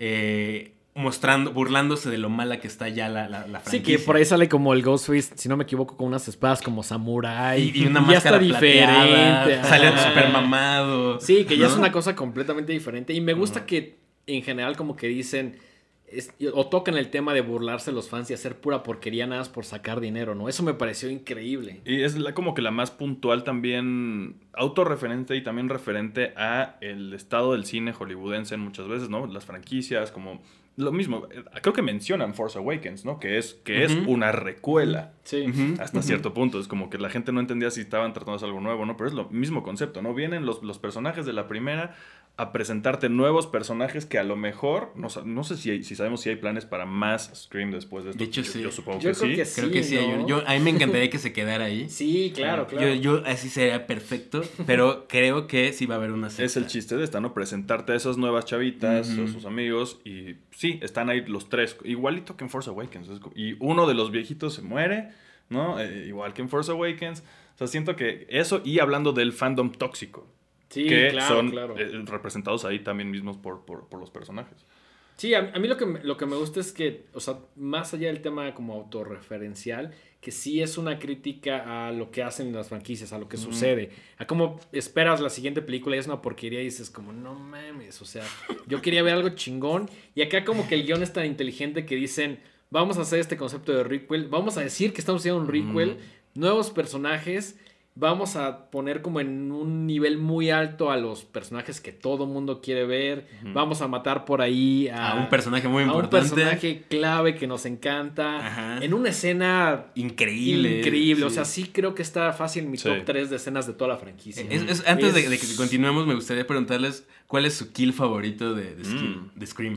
burlándose de lo mala que está ya la franquicia. Sí, que por ahí sale como el Ghostface, si no me equivoco, con unas espadas como samurai. Y una ya máscara está plateada, diferente. sale Ajá. súper mamado. Sí, que ya ¿no? es una cosa completamente diferente. Y me gusta que en general como que dicen... o tocan el tema de burlarse de los fans y hacer pura porquería nada más por sacar dinero, ¿no? Eso me pareció increíble. Y es como que la más puntual también autorreferente y también referente a el estado del cine hollywoodense muchas veces, ¿no? Las franquicias, como lo mismo. Creo que mencionan Force Awakens, ¿no? Que es una recuela. Sí. Hasta cierto punto. Es como que la gente no entendía si estaban tratando de hacer algo nuevo, ¿no? Pero es lo mismo concepto, ¿no? Vienen los personajes de la primera a presentarte nuevos personajes que a lo mejor, no sé si sabemos si hay planes para más Scream después de esto. De hecho, sí. Yo supongo Yo que creo sí. que sí. Creo que sí. ¿no? A mí me encantaría que se quedara ahí. Sí, claro. Yo así sería perfecto, pero creo que sí va a haber una secta. Es el chiste de esta, ¿no? Presentarte a esas nuevas chavitas, a sus amigos, y sí, están ahí los tres, igualito que en Force Awakens. Y uno de los viejitos se muere, ¿no? Igual que en Force Awakens. O sea, siento que eso, y hablando del fandom tóxico, Sí, que claro, son claro. representados ahí también mismos por los personajes. Sí, a mí lo que me gusta es que, o sea, más allá del tema como autorreferencial, que sí es una crítica a lo que hacen las franquicias, a lo que sucede, a cómo esperas la siguiente película y es una porquería y dices como, no mames, o sea, yo quería ver algo chingón y acá como que el guión es tan inteligente que dicen, vamos a hacer este concepto de requel, vamos a decir que estamos haciendo un requel, nuevos personajes. Vamos a poner como en un nivel muy alto a los personajes que todo mundo quiere ver. Vamos a matar por ahí a un personaje muy importante. A un personaje clave que nos encanta. Ajá. En una escena increíble. Sí. O sea, sí creo que está fácil en mi top 3 de escenas de toda la franquicia. Antes de que continuemos, me gustaría preguntarles cuál es su kill favorito de Scream.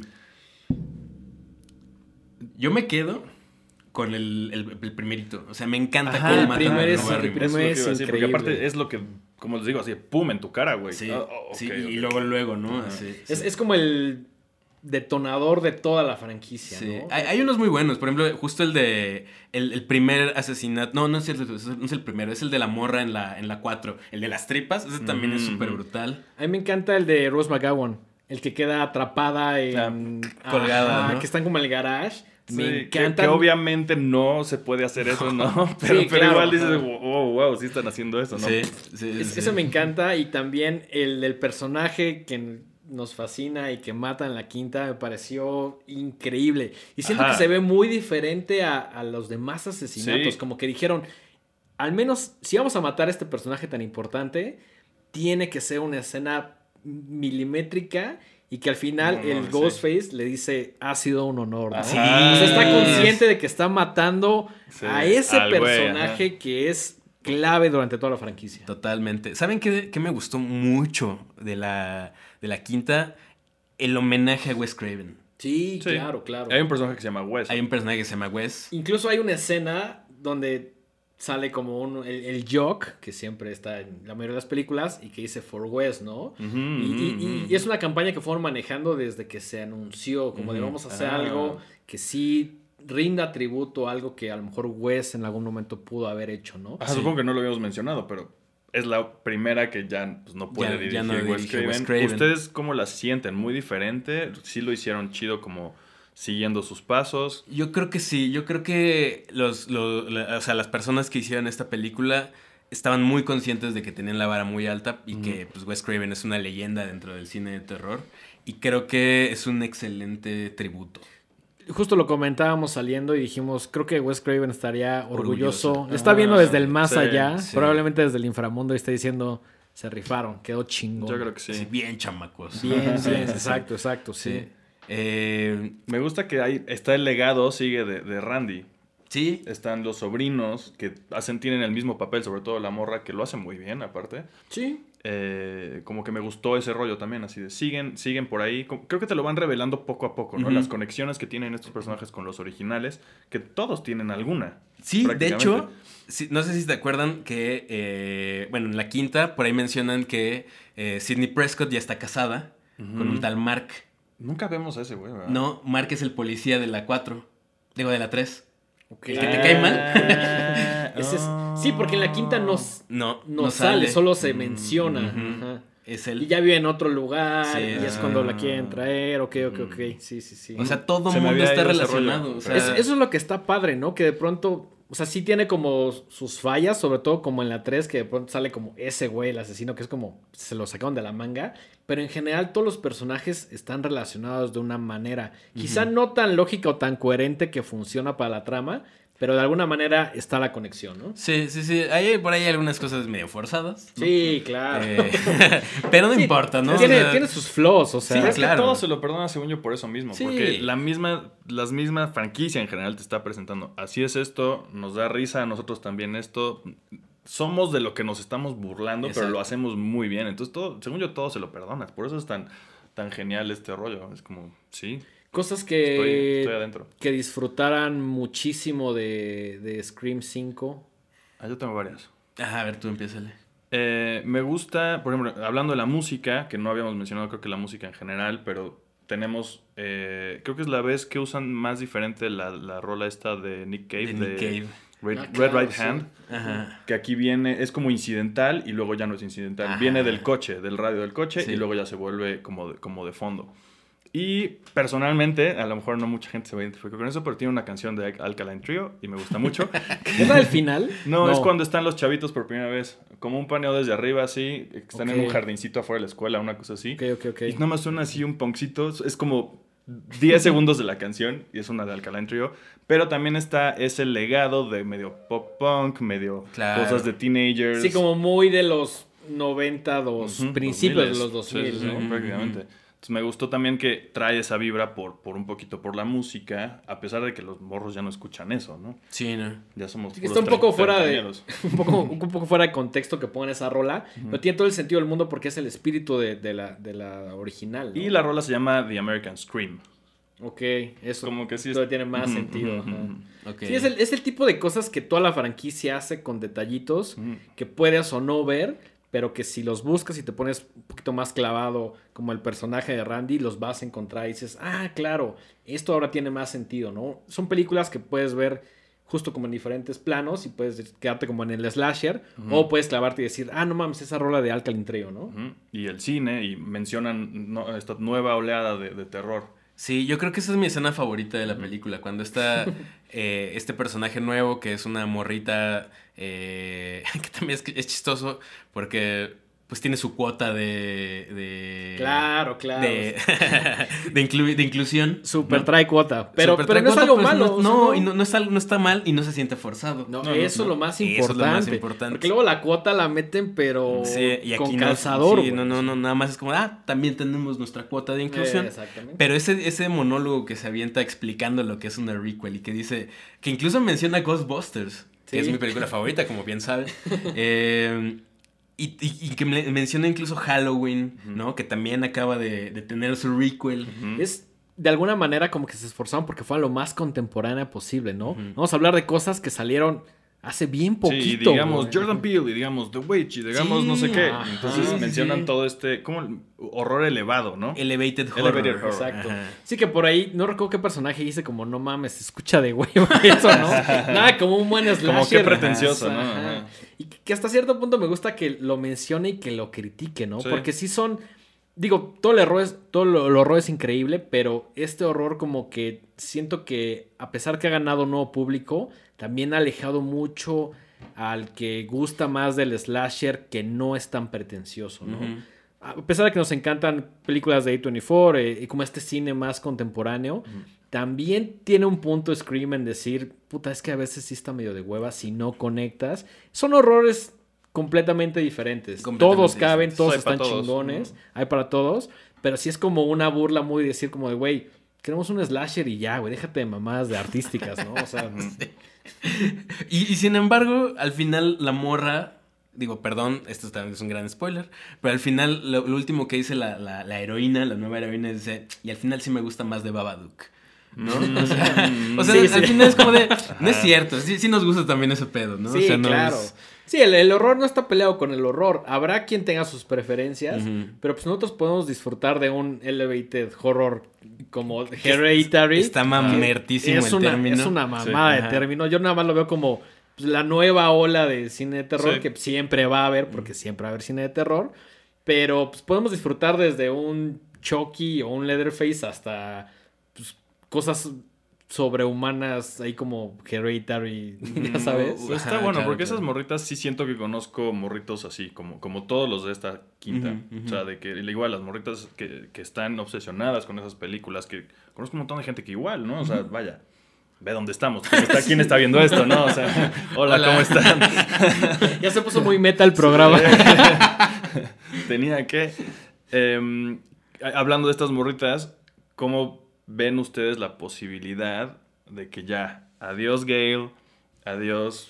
Yo me quedo con el primerito. O sea, me encanta cómo matan a Drew Barrymore. El primero es increíble. Porque aparte es lo que, como les digo, así, pum, en tu cara, güey. Sí, Okay. Y luego, ¿no? Así, es como el detonador de toda la franquicia, sí. ¿no? Hay unos muy buenos. Por ejemplo, justo el de el primer asesinato. No es el primero. Es el de la morra en la 4. El de las tripas. Ese también es súper brutal. A mí me encanta el de Rose McGowan. El que queda atrapada colgada, ¿no? Que están como en el garage. Me encanta. Que obviamente no se puede hacer eso, ¿no? Pero igual dices, wow, sí están haciendo eso, ¿no? Sí. Eso me encanta. Y también el personaje que nos fascina y que mata en la quinta me pareció increíble. Y siento que se ve muy diferente a los demás asesinatos. Sí. Como que dijeron, al menos si vamos a matar a este personaje tan importante, tiene que ser una escena milimétrica. Y que al final Ghostface le dice, ha sido un honor, ¿no? Sí. O sea, está consciente de que está matando a ese personaje que es clave durante toda la franquicia. Totalmente. ¿Saben qué me gustó mucho de la quinta? El homenaje a Wes Craven. Sí, claro. Hay un personaje que se llama Wes. Incluso hay una escena donde sale como el jock, que siempre está en la mayoría de las películas, y que dice For Wes, ¿no? Y es una campaña que fueron manejando desde que se anunció, como de vamos a hacer algo que sí rinda tributo a algo que a lo mejor Wes en algún momento pudo haber hecho, ¿no? Supongo que no lo habíamos mencionado, pero es la primera que ya no puede dirigir Wes Craven. ¿Ustedes cómo la sienten? ¿Muy diferente? ¿Sí lo hicieron chido como siguiendo sus pasos? Yo creo que sí. Yo creo que las personas que hicieron esta película estaban muy conscientes de que tenían la vara muy alta y que pues, Wes Craven es una leyenda dentro del cine de terror. Y creo que es un excelente tributo. Justo lo comentábamos saliendo y dijimos, creo que Wes Craven estaría orgulloso. Está viendo desde el más allá, probablemente desde el inframundo, y está diciendo, se rifaron, quedó chingón. Yo creo que sí. Bien chamacos. Bien, exacto, sí. Me gusta que ahí está el legado, sigue de Randy. Sí. Están los sobrinos que tienen el mismo papel, sobre todo la morra, que lo hace muy bien, aparte. Sí. Como que me gustó ese rollo también, así de siguen por ahí. Creo que te lo van revelando poco a poco, ¿no? Las conexiones que tienen estos personajes con los originales, que todos tienen alguna. Sí, de hecho, no sé si te acuerdan que, en la quinta, por ahí mencionan que Sidney Prescott ya está casada con un tal Mark. Nunca vemos a ese güey, ¿verdad? No, Mark es el policía de la 4. Digo, de la 3. Okay. ¿El que te cae mal? Sí, porque en la quinta no sale, solo se menciona. Ajá. Es él. Y ya vive en otro lugar, y es cuando la quieren traer, ok. Sí. O sea, todo el mundo está relacionado. O sea, eso es lo que está padre, ¿no? Que de pronto, o sea, sí tiene como sus fallas, sobre todo como en la 3, que de pronto sale como ese güey, el asesino, que es como, se lo sacaron de la manga. Pero en general todos los personajes están relacionados de una manera, quizá no tan lógica o tan coherente que funciona para la trama, Pero de alguna manera está la conexión, ¿no? Sí. Por ahí hay algunas cosas medio forzadas, ¿no? Sí, claro. Pero no importa, ¿no? Tiene sus flaws, o sea. Sí, es claro. que todo se lo perdona, según yo, por eso mismo. Sí. Porque las mismas franquicia en general te está presentando. Así es esto, nos da risa a nosotros también esto. Somos de lo que nos estamos burlando, Exacto. pero lo hacemos muy bien. Entonces, según yo, todo se lo perdonas. Por eso es tan genial este rollo. Es como, sí, Cosas que, estoy adentro. que disfrutaran muchísimo de Scream 5. Yo tengo varias. Ajá, a ver, tú empiézale. Me gusta, por ejemplo, hablando de la música, que no habíamos mencionado, creo que la música en general, pero tenemos, creo que es la vez que usan más diferente la rola esta de Nick Cave, De Nick Cave. Red Claro, Right sí. Hand, Ajá. que aquí viene, es como incidental y luego ya no es incidental. Ajá. Viene del coche, del radio del coche, Sí. y luego ya se vuelve como de fondo. Y personalmente, a lo mejor no mucha gente se va a identificar con eso, pero tiene una canción de Alkaline Trio y me gusta mucho. ¿Es la del final? No, es cuando están los chavitos por primera vez. Como un paneo desde arriba, así. Que están en Ok. un jardincito afuera de la escuela, una cosa así. Ok. Y nada más suena así un punkcito. Es como 10 segundos de la canción. Y es una de Alkaline Trio. Pero también está ese legado de medio pop punk, medio Claro. cosas de teenagers. Sí, como muy de los 90, Ujú, principios 2000s. de los 2000, Sí, ¿no? prácticamente. Entonces me gustó también que trae esa vibra por un poquito por la música, a pesar de que los morros ya no escuchan eso, ¿no? Sí, ¿no? Ya somos Sí, que puros está un poco fuera de treintañeros. un poco fuera de contexto que pongan esa rola, pero tiene todo el sentido del mundo porque es el espíritu de la original, ¿no? Y la rola se llama The American Scream. Ok, eso Como que sí es- todavía tiene más Ujú, sentido. ujú, ajá. ujú. Ok. Sí, es el tipo de cosas que toda la franquicia hace con detallitos que puedes o no ver, pero que si los buscas y te pones un poquito más clavado como el personaje de Randy, los vas a encontrar y dices, ah, claro, esto ahora tiene más sentido, ¿no? Son películas que puedes ver justo como en diferentes planos y puedes quedarte como en el slasher o puedes clavarte y decir, ah, no mames, esa rola de Alkaline Trio, ¿no? Ujú. Y el cine, y mencionan esta nueva oleada de terror. Sí, yo creo que esa es mi escena favorita de la película, cuando está este personaje nuevo que es una morrita que también es chistoso porque pues tiene su cuota de Claro. de inclusión. Super ¿no? trae cuota, pero Super no es trae algo cuota, pues, malo. o sea, No, y no está mal y no se siente forzado. No, No, eso es no. lo más Eso es importante. lo más importante. Porque luego la cuota la meten, pero Sí, y aquí con no, calzador. sí, güey. no, nada más es como, también tenemos nuestra cuota de inclusión. Exactamente. Pero ese monólogo que se avienta explicando lo que es una requel y que dice, que incluso menciona Ghostbusters, Sí. que es mi película favorita, como bien sabes. Y que menciona incluso Halloween, ¿no? Que también acaba de tener su requel. Es de alguna manera como que se esforzaron porque fue lo más contemporánea posible, ¿no? Vamos a hablar de cosas que salieron hace bien poquito. Sí, y digamos güey. Jordan Peele, y digamos The Witch, y digamos Sí, no sé qué. ajá, Entonces sí, mencionan sí. todo este, como el horror elevado, ¿no? Elevated horror. Elevated horror. Exacto. Ajá. Sí que por ahí, no recuerdo qué personaje dice como, no mames, se escucha de hueva eso, ¿no? Nada, como un buen slasher. Como qué pretencioso, ¿no? Ajá. Ajá. Y que hasta cierto punto me gusta que lo mencione y que lo critique, ¿no? Sí. Porque sí son... Digo, todo el horror es increíble, pero este horror como que siento que a pesar que ha ganado nuevo público, también ha alejado mucho al que gusta más del slasher que no es tan pretencioso, ¿no? Ujú. A pesar de que nos encantan películas de A24 y como este cine más contemporáneo, también tiene un punto Scream en decir, puta, es que a veces sí está medio de hueva si no conectas. Son horrores completamente diferentes. Completamente Todos caben, diferentes. todos Hay para están todos. chingones, hay para todos, pero sí es como una burla muy decir como de, güey, queremos un slasher y ya, güey, déjate de mamadas de artísticas, ¿no? O sea, Y sin embargo, al final la morra, digo, perdón, esto también es un gran spoiler, pero al final lo último que dice la heroína, la nueva heroína, dice, y al final sí me gusta más de Babadook. ¿No? O sea, Sí, al sí. final es como de, no es cierto, sí nos gusta también ese pedo, ¿no? sí, O sea, no claro. es- Sí, el horror no está peleado con el horror. Habrá quien tenga sus preferencias, Ujú. pero pues nosotros podemos disfrutar de un elevated horror como Hereditary. Está mamertísimo es el término. Es una mamada Sí, de ajá. término. Yo nada más lo veo como pues, la nueva ola de cine de terror Sí. que siempre va a haber, porque siempre va a haber cine de terror. Pero pues, podemos disfrutar desde un Chucky o un Leatherface hasta pues, cosas sobrehumanas ahí como Hereditary, ya sabes. Pues está Ajá, bueno, claro, porque esas claro. morritas sí siento que conozco morritos así, como todos los de esta quinta. Ujú, ujú. O sea, de que igual las morritas que están obsesionadas con esas películas, que conozco un montón de gente que igual, ¿no? O sea, vaya. ve dónde estamos. ¿Quién está viendo esto, no? O sea, hola. ¿Cómo están? Ya se puso muy meta el programa. Tenía que... hablando de estas morritas, ¿cómo ven ustedes la posibilidad de que ya, adiós Gale, adiós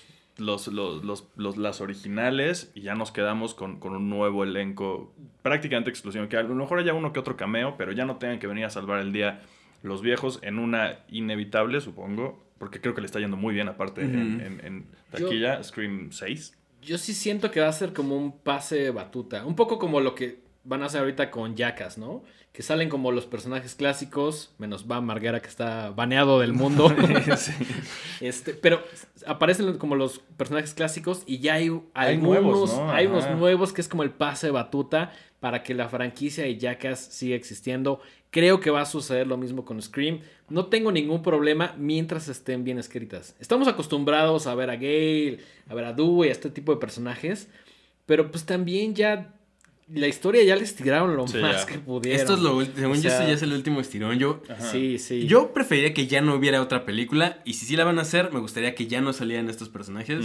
las originales, y ya nos quedamos con un nuevo elenco prácticamente exclusivo, que a lo mejor haya uno que otro cameo, pero ya no tengan que venir a salvar el día los viejos en una inevitable, supongo, porque creo que le está yendo muy bien aparte en taquilla, Scream 6? Yo sí siento que va a ser como un pase batuta, un poco como lo que van a hacer ahorita con Jackass, ¿no? Que salen como los personajes clásicos, menos Bam Margera, que está baneado del mundo. Sí. Pero aparecen como los personajes clásicos y ya hay nuevos, ¿no? Hay unos nuevos que es como el pase batuta para que la franquicia de Jackass siga existiendo. Creo que va a suceder lo mismo con Scream. No tengo ningún problema mientras estén bien escritas. Estamos acostumbrados a ver a Gale, a ver a Dewey, a este tipo de personajes, pero pues también ya... La historia ya les tiraron lo más que pudieron. Esto es lo último. Según yo, esto ya es el último estirón. Sí. Yo preferiría que ya no hubiera otra película. Y si sí la van a hacer, me gustaría que ya no salieran estos personajes.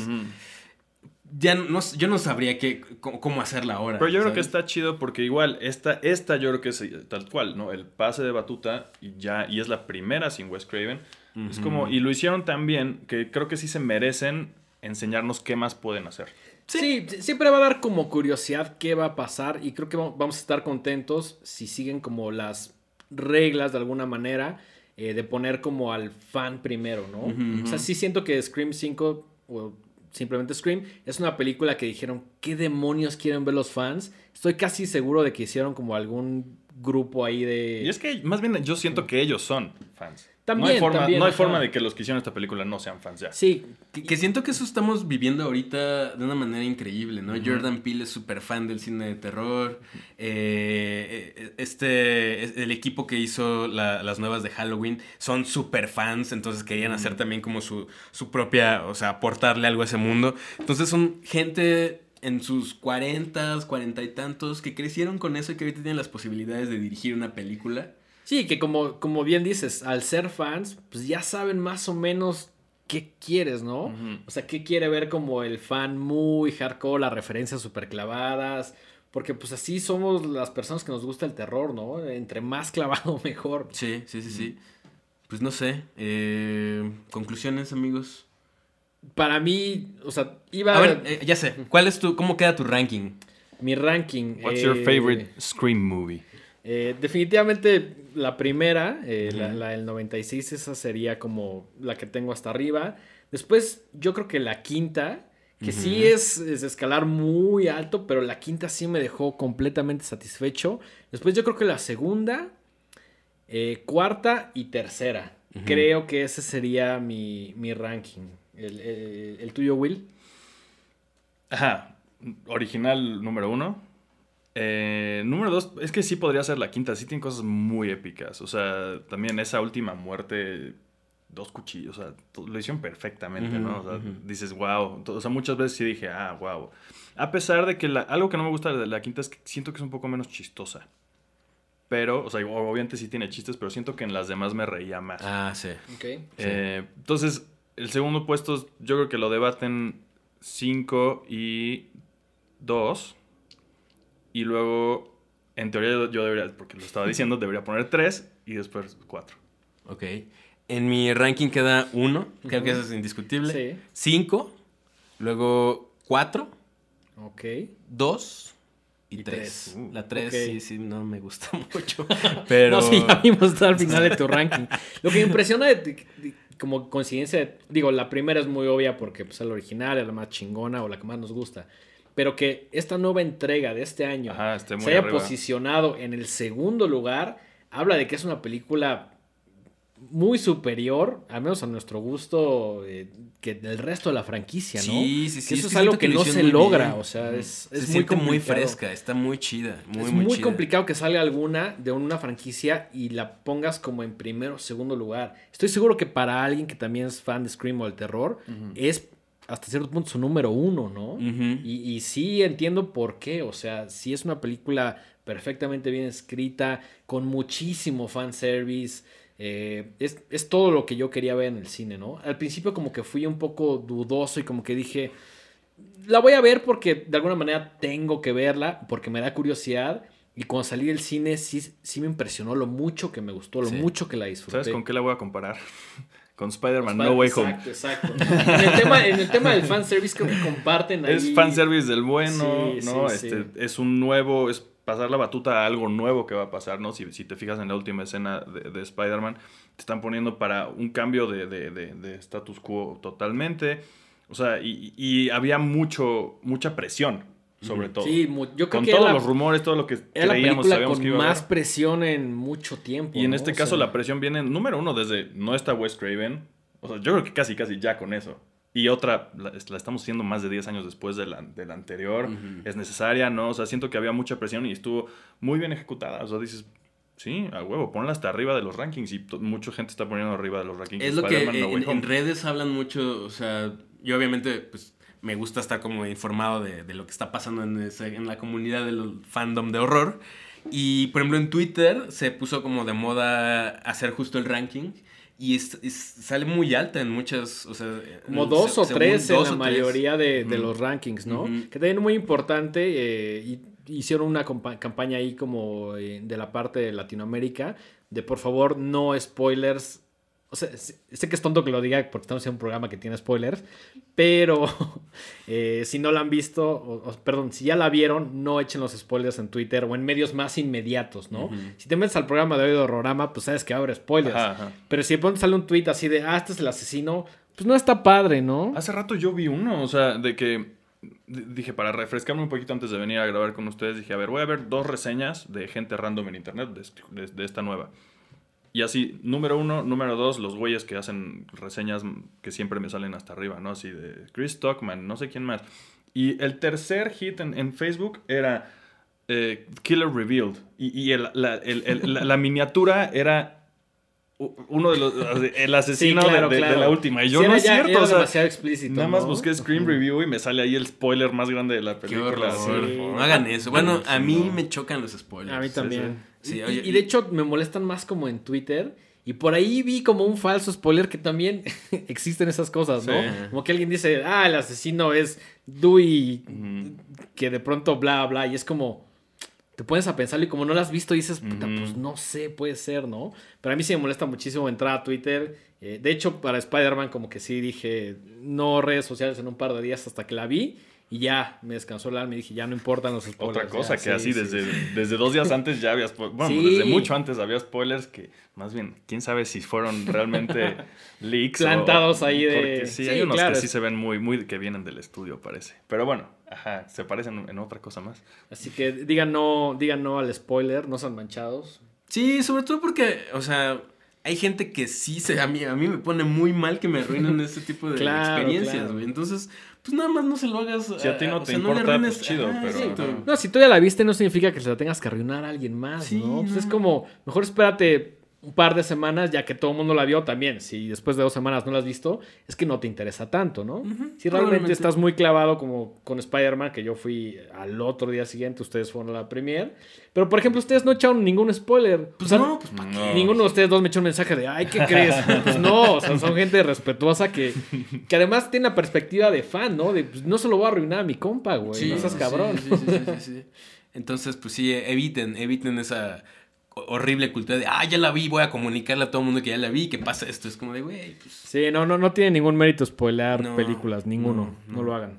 Ya no, yo no sabría cómo hacerla ahora. Pero yo creo que está chido porque igual, esta yo creo que es tal cual, ¿no? El pase de batuta y es la primera sin Wes Craven. Es como, y lo hicieron tan bien que creo que sí se merecen enseñarnos qué más pueden hacer. Sí, siempre va a dar como curiosidad qué va a pasar y creo que vamos a estar contentos si siguen como las reglas de alguna manera de poner como al fan primero, ¿no? O sea, sí siento que Scream 5 o simplemente Scream es una película que dijeron, ¿qué demonios quieren ver los fans? Estoy casi seguro de que hicieron como algún grupo ahí de... Y es que más bien yo siento que ellos son fans. También, no hay forma de que los que hicieron esta película no sean fans ya. Sí. Que siento que eso estamos viviendo ahorita de una manera increíble, ¿no? Jordan Peele es súper fan del cine de terror. El equipo que hizo las nuevas de Halloween son súper fans, entonces querían hacer también como su propia, o sea, aportarle algo a ese mundo. Entonces son gente en sus 40 y tantos que crecieron con eso y que ahorita tienen las posibilidades de dirigir una película. Sí, que como bien dices, al ser fans, pues ya saben más o menos qué quieres, ¿no? O sea, qué quiere ver como el fan muy hardcore, las referencias súper clavadas, porque pues así somos las personas que nos gusta el terror, ¿no? Entre más clavado, mejor. Sí. Pues no sé, conclusiones, amigos. Para mí, o sea, iba... A ver, ya sé, ¿cómo queda tu ranking? Mi ranking... What's your favorite Scream movie? Definitivamente la primera, la del 96, esa sería como la que tengo hasta arriba. Después yo creo que la quinta, que sí es escalar muy alto, pero la quinta sí me dejó completamente satisfecho. Después yo creo que la segunda, cuarta y tercera. Creo que ese sería mi ranking. ¿El tuyo, Will? Ajá, original número 1. Número 2, es que sí podría ser la quinta. Sí tiene cosas muy épicas. O sea, también esa última muerte, 2 cuchillos, o sea, lo hicieron perfectamente, ¿no? O sea, dices, wow. O sea, muchas veces sí dije, wow. A pesar de que algo que no me gusta de la quinta es que siento que es un poco menos chistosa. Pero, o sea, obviamente sí tiene chistes, pero siento que en las demás me reía más. Sí. Okay. Entonces, el segundo puesto yo creo que lo debaten 5 y 2. Y luego, en teoría, yo debería, porque lo estaba diciendo, debería poner 3 y después 4. Ok. En mi ranking queda 1. Creo que eso es indiscutible. Sí. 5. Luego 4. Ok. 2. Y 3. La 3 okay. sí, no me gusta mucho. Pero... No, sí, ya vimos al final de tu ranking. Lo que me impresiona como coincidencia, digo, la primera es muy obvia porque pues, es la original, es la más chingona o la que más nos gusta. Pero que esta nueva entrega de este año se haya posicionado en el segundo lugar, habla de que es una película muy superior, al menos a nuestro gusto, que del resto de la franquicia, ¿no? Sí. Que eso es algo que no se logra, bien. O sea, es muy fresca, está muy chida. Muy chida. Complicado que salga alguna de una franquicia y la pongas como en primero o segundo lugar. Estoy seguro que para alguien que también es fan de Scream o del terror, es hasta cierto punto su número 1, ¿no? Y sí entiendo por qué, o sea, sí es una película perfectamente bien escrita, con muchísimo fanservice, Es todo lo que yo quería ver en el cine, ¿no? Al principio como que fui un poco dudoso y como que dije, la voy a ver porque de alguna manera tengo que verla, porque me da curiosidad. Y cuando salí del cine sí me impresionó lo mucho que me gustó, lo mucho que la disfruté. ¿Sabes con qué la voy a comparar? Con Spider-Man No Way Home. Exacto. En el tema del fanservice creo que comparten ahí. Es fanservice del bueno, Sí, ¿no? sí. Es un nuevo, es pasar la batuta a algo nuevo que va a pasar, ¿no? Si te fijas en la última escena de Spider-Man, te están poniendo para un cambio de status quo totalmente. O sea, y había mucha presión, sobre todo. Sí, yo creo con que todos los rumores, todo lo que era creíamos, la película sabíamos con que iba a más haber. presión en mucho tiempo. Y en ¿no? este caso la presión viene, número uno, desde no está Wes Craven. O sea, yo creo que casi ya con eso. Y otra, la estamos haciendo más de 10 años después de la anterior. Es necesaria, ¿no? O sea, siento que había mucha presión y estuvo muy bien ejecutada. O sea, dices, sí, a huevo, ponla hasta arriba de los rankings. Y mucha gente está poniendo arriba de los rankings. Es lo que No Way Home. en redes hablan mucho, o sea, yo obviamente pues me gusta estar como informado de lo que está pasando en la comunidad del fandom de horror. Y por ejemplo en Twitter se puso como de moda hacer justo el ranking. Y sale muy alta en muchas, o sea... Como 2 o 3 en la mayoría de Uh-huh. los rankings, ¿no? Que también es muy importante, hicieron una campaña ahí como de la parte de Latinoamérica, de por favor no spoilers. O sea, sé que es tonto que lo diga porque estamos en un programa que tiene spoilers, pero si no la han visto, perdón, si ya la vieron, no echen los spoilers en Twitter o en medios más inmediatos, ¿no? Si te metes al programa de hoy de Horrorama, pues sabes que abre spoilers. Ajá. Pero si de pronto sale un tweet así de, este es el asesino, pues no está padre, ¿no? Hace rato yo vi uno, o sea, de que... Dije, para refrescarme un poquito antes de venir a grabar con ustedes, dije, a ver, voy a ver 2 reseñas de gente random en internet de esta nueva. Y así, número 1, número 2, los güeyes que hacen reseñas que siempre me salen hasta arriba, ¿no? Así de Chris Stockman, no sé quién más. Y el tercer hit en Facebook era Killer Revealed. Y la miniatura era uno de los... El asesino Sí, claro. de la última. Y yo, Sí, no es era cierto, o sea... demasiado explícito, Nada más ¿no? busqué Scream Review y me sale ahí el spoiler más grande de la Qué película. horror. Sí. No hagan eso. Bueno, a mí me chocan los spoilers. A mí también. Sí, Y- oye, y de hecho me molestan más como en Twitter. Y por ahí vi como un falso spoiler que también existen esas cosas, ¿no? Sí. Como que alguien dice, el asesino es Dewey, que de pronto bla, bla, y es como, te pones a pensarlo y como no lo has visto dices, puta, pues no sé, puede ser, ¿no? Pero a mí sí me molesta muchísimo entrar a Twitter. De hecho, para Spider-Man como que sí dije, no redes sociales en un par de días hasta que la vi. Y ya me descansó el alma y dije, ya no importan los spoilers. Otra cosa ya, que así desde 2 días antes ya había spoilers. Bueno, Sí. desde mucho antes había spoilers que, más bien, quién sabe si fueron realmente leaks. Plantados ahí de... Porque sí, hay unos claro. que sí se ven muy que vienen del estudio, parece. Pero bueno, se parecen en otra cosa más. Así que digan no al spoiler, no sean manchados. Sí, sobre todo porque, o sea, hay gente que sí a mí me pone muy mal que me arruinen este tipo de Claro, experiencias, claro. güey. Entonces, pues nada más no se lo hagas. Si a ti no o te sea, importa, le arruines- pues chido, pero... exacto. ajá. No, si tú ya la viste no significa que se la tengas que arruinar a alguien más, Sí, ¿no? Pues no. es como, mejor espérate un par de semanas ya que todo el mundo la vio también. Si después de 2 semanas no la has visto, es que no te interesa tanto, ¿no? Si realmente probablemente. estás muy clavado como con Spider-Man, que yo fui al otro día siguiente, ustedes fueron a la premier. Pero, por ejemplo, ustedes no echaron ningún spoiler. Pues O sea, no, pues ¿para qué? No. Ninguno de ustedes dos me echó un mensaje de, ay, ¿qué crees? Pues no, o sea, son gente respetuosa que además tiene la perspectiva de fan, ¿no? De, pues, no se lo voy a arruinar a mi compa, güey. No seas cabrón. Sí. Entonces, pues sí, eviten esa horrible cultura de, ya la vi, voy a comunicarle a todo el mundo que ya la vi, que pasa esto. Es como de, güey, pues... Sí, no tiene ningún mérito spoilear No, películas, ninguno. no. No lo hagan.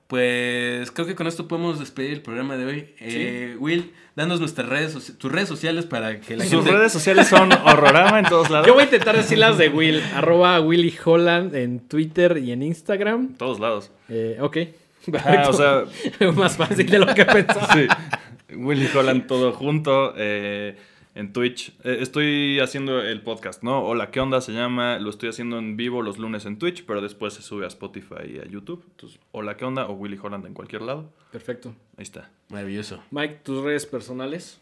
Pues creo que con esto podemos despedir el programa de hoy. Will, danos tus redes sociales para que la Sus gente... redes sociales son Horrorama en todos lados. Yo voy a intentar decir las de Will. @Willy Holland en Twitter y en Instagram. En todos lados. Ok. O sea... Más fácil de lo que pensaba. Sí. Willy Holland todo junto en Twitch. Estoy haciendo el podcast, ¿no? Hola, ¿qué onda? Se llama. Lo estoy haciendo en vivo los lunes en Twitch, pero después se sube a Spotify y a YouTube. Entonces, Hola, ¿qué onda? O Willy Holland en cualquier lado. Perfecto. Ahí está. Maravilloso. Mike, tus redes personales.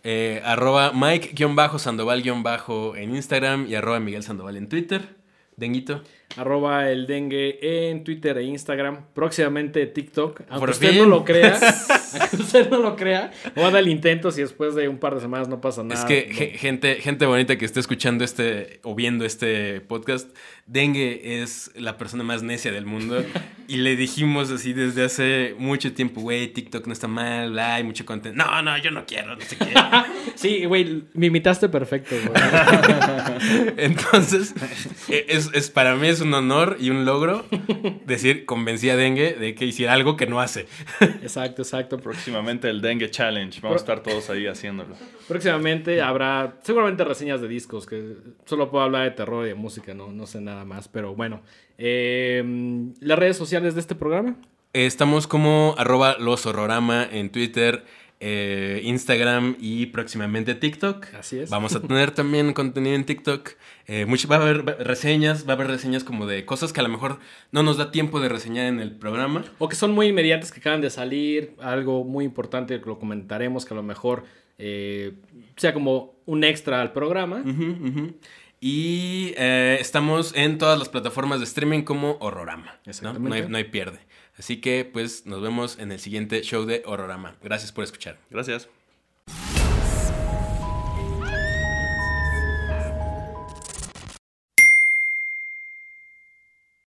@Mike_Sandoval- en Instagram y @Miguel Sandoval en Twitter. Denguito. El Dengue en Twitter e Instagram. Próximamente TikTok. Aunque Por usted fin. no lo crea. Aunque usted no lo crea. O haga el intento si después de un par de semanas no pasa nada. Es que no. gente bonita que esté escuchando o viendo este podcast, Dengue es la persona más necia del mundo. Y le dijimos así desde hace mucho tiempo, güey, TikTok no está mal, hay mucho contenido. No, yo no quiero, no sé qué. Sí, güey, me imitaste perfecto, güey. Entonces, para mí es un honor y un logro decir, convencí a Dengue de que hiciera algo que no hace. Exacto. Próximamente el Dengue Challenge. Vamos a estar todos ahí haciéndolo. Próximamente habrá seguramente reseñas de discos, que solo puedo hablar de terror y de música, no sé nada más. Pero bueno, las redes sociales de este programa. Estamos como @loshorrorama en Twitter, Instagram y próximamente TikTok. Así es. Vamos a tener también contenido en TikTok. Va a haber reseñas como de cosas que a lo mejor no nos da tiempo de reseñar en el programa. O que son muy inmediatas, que acaban de salir. Algo muy importante que lo comentaremos, que a lo mejor sea como un extra al programa. Ujú. Y estamos en todas las plataformas de streaming como Horrorama. Exactamente. No hay pierde. Así que pues nos vemos en el siguiente show de Horrorama. Gracias por escuchar. Gracias.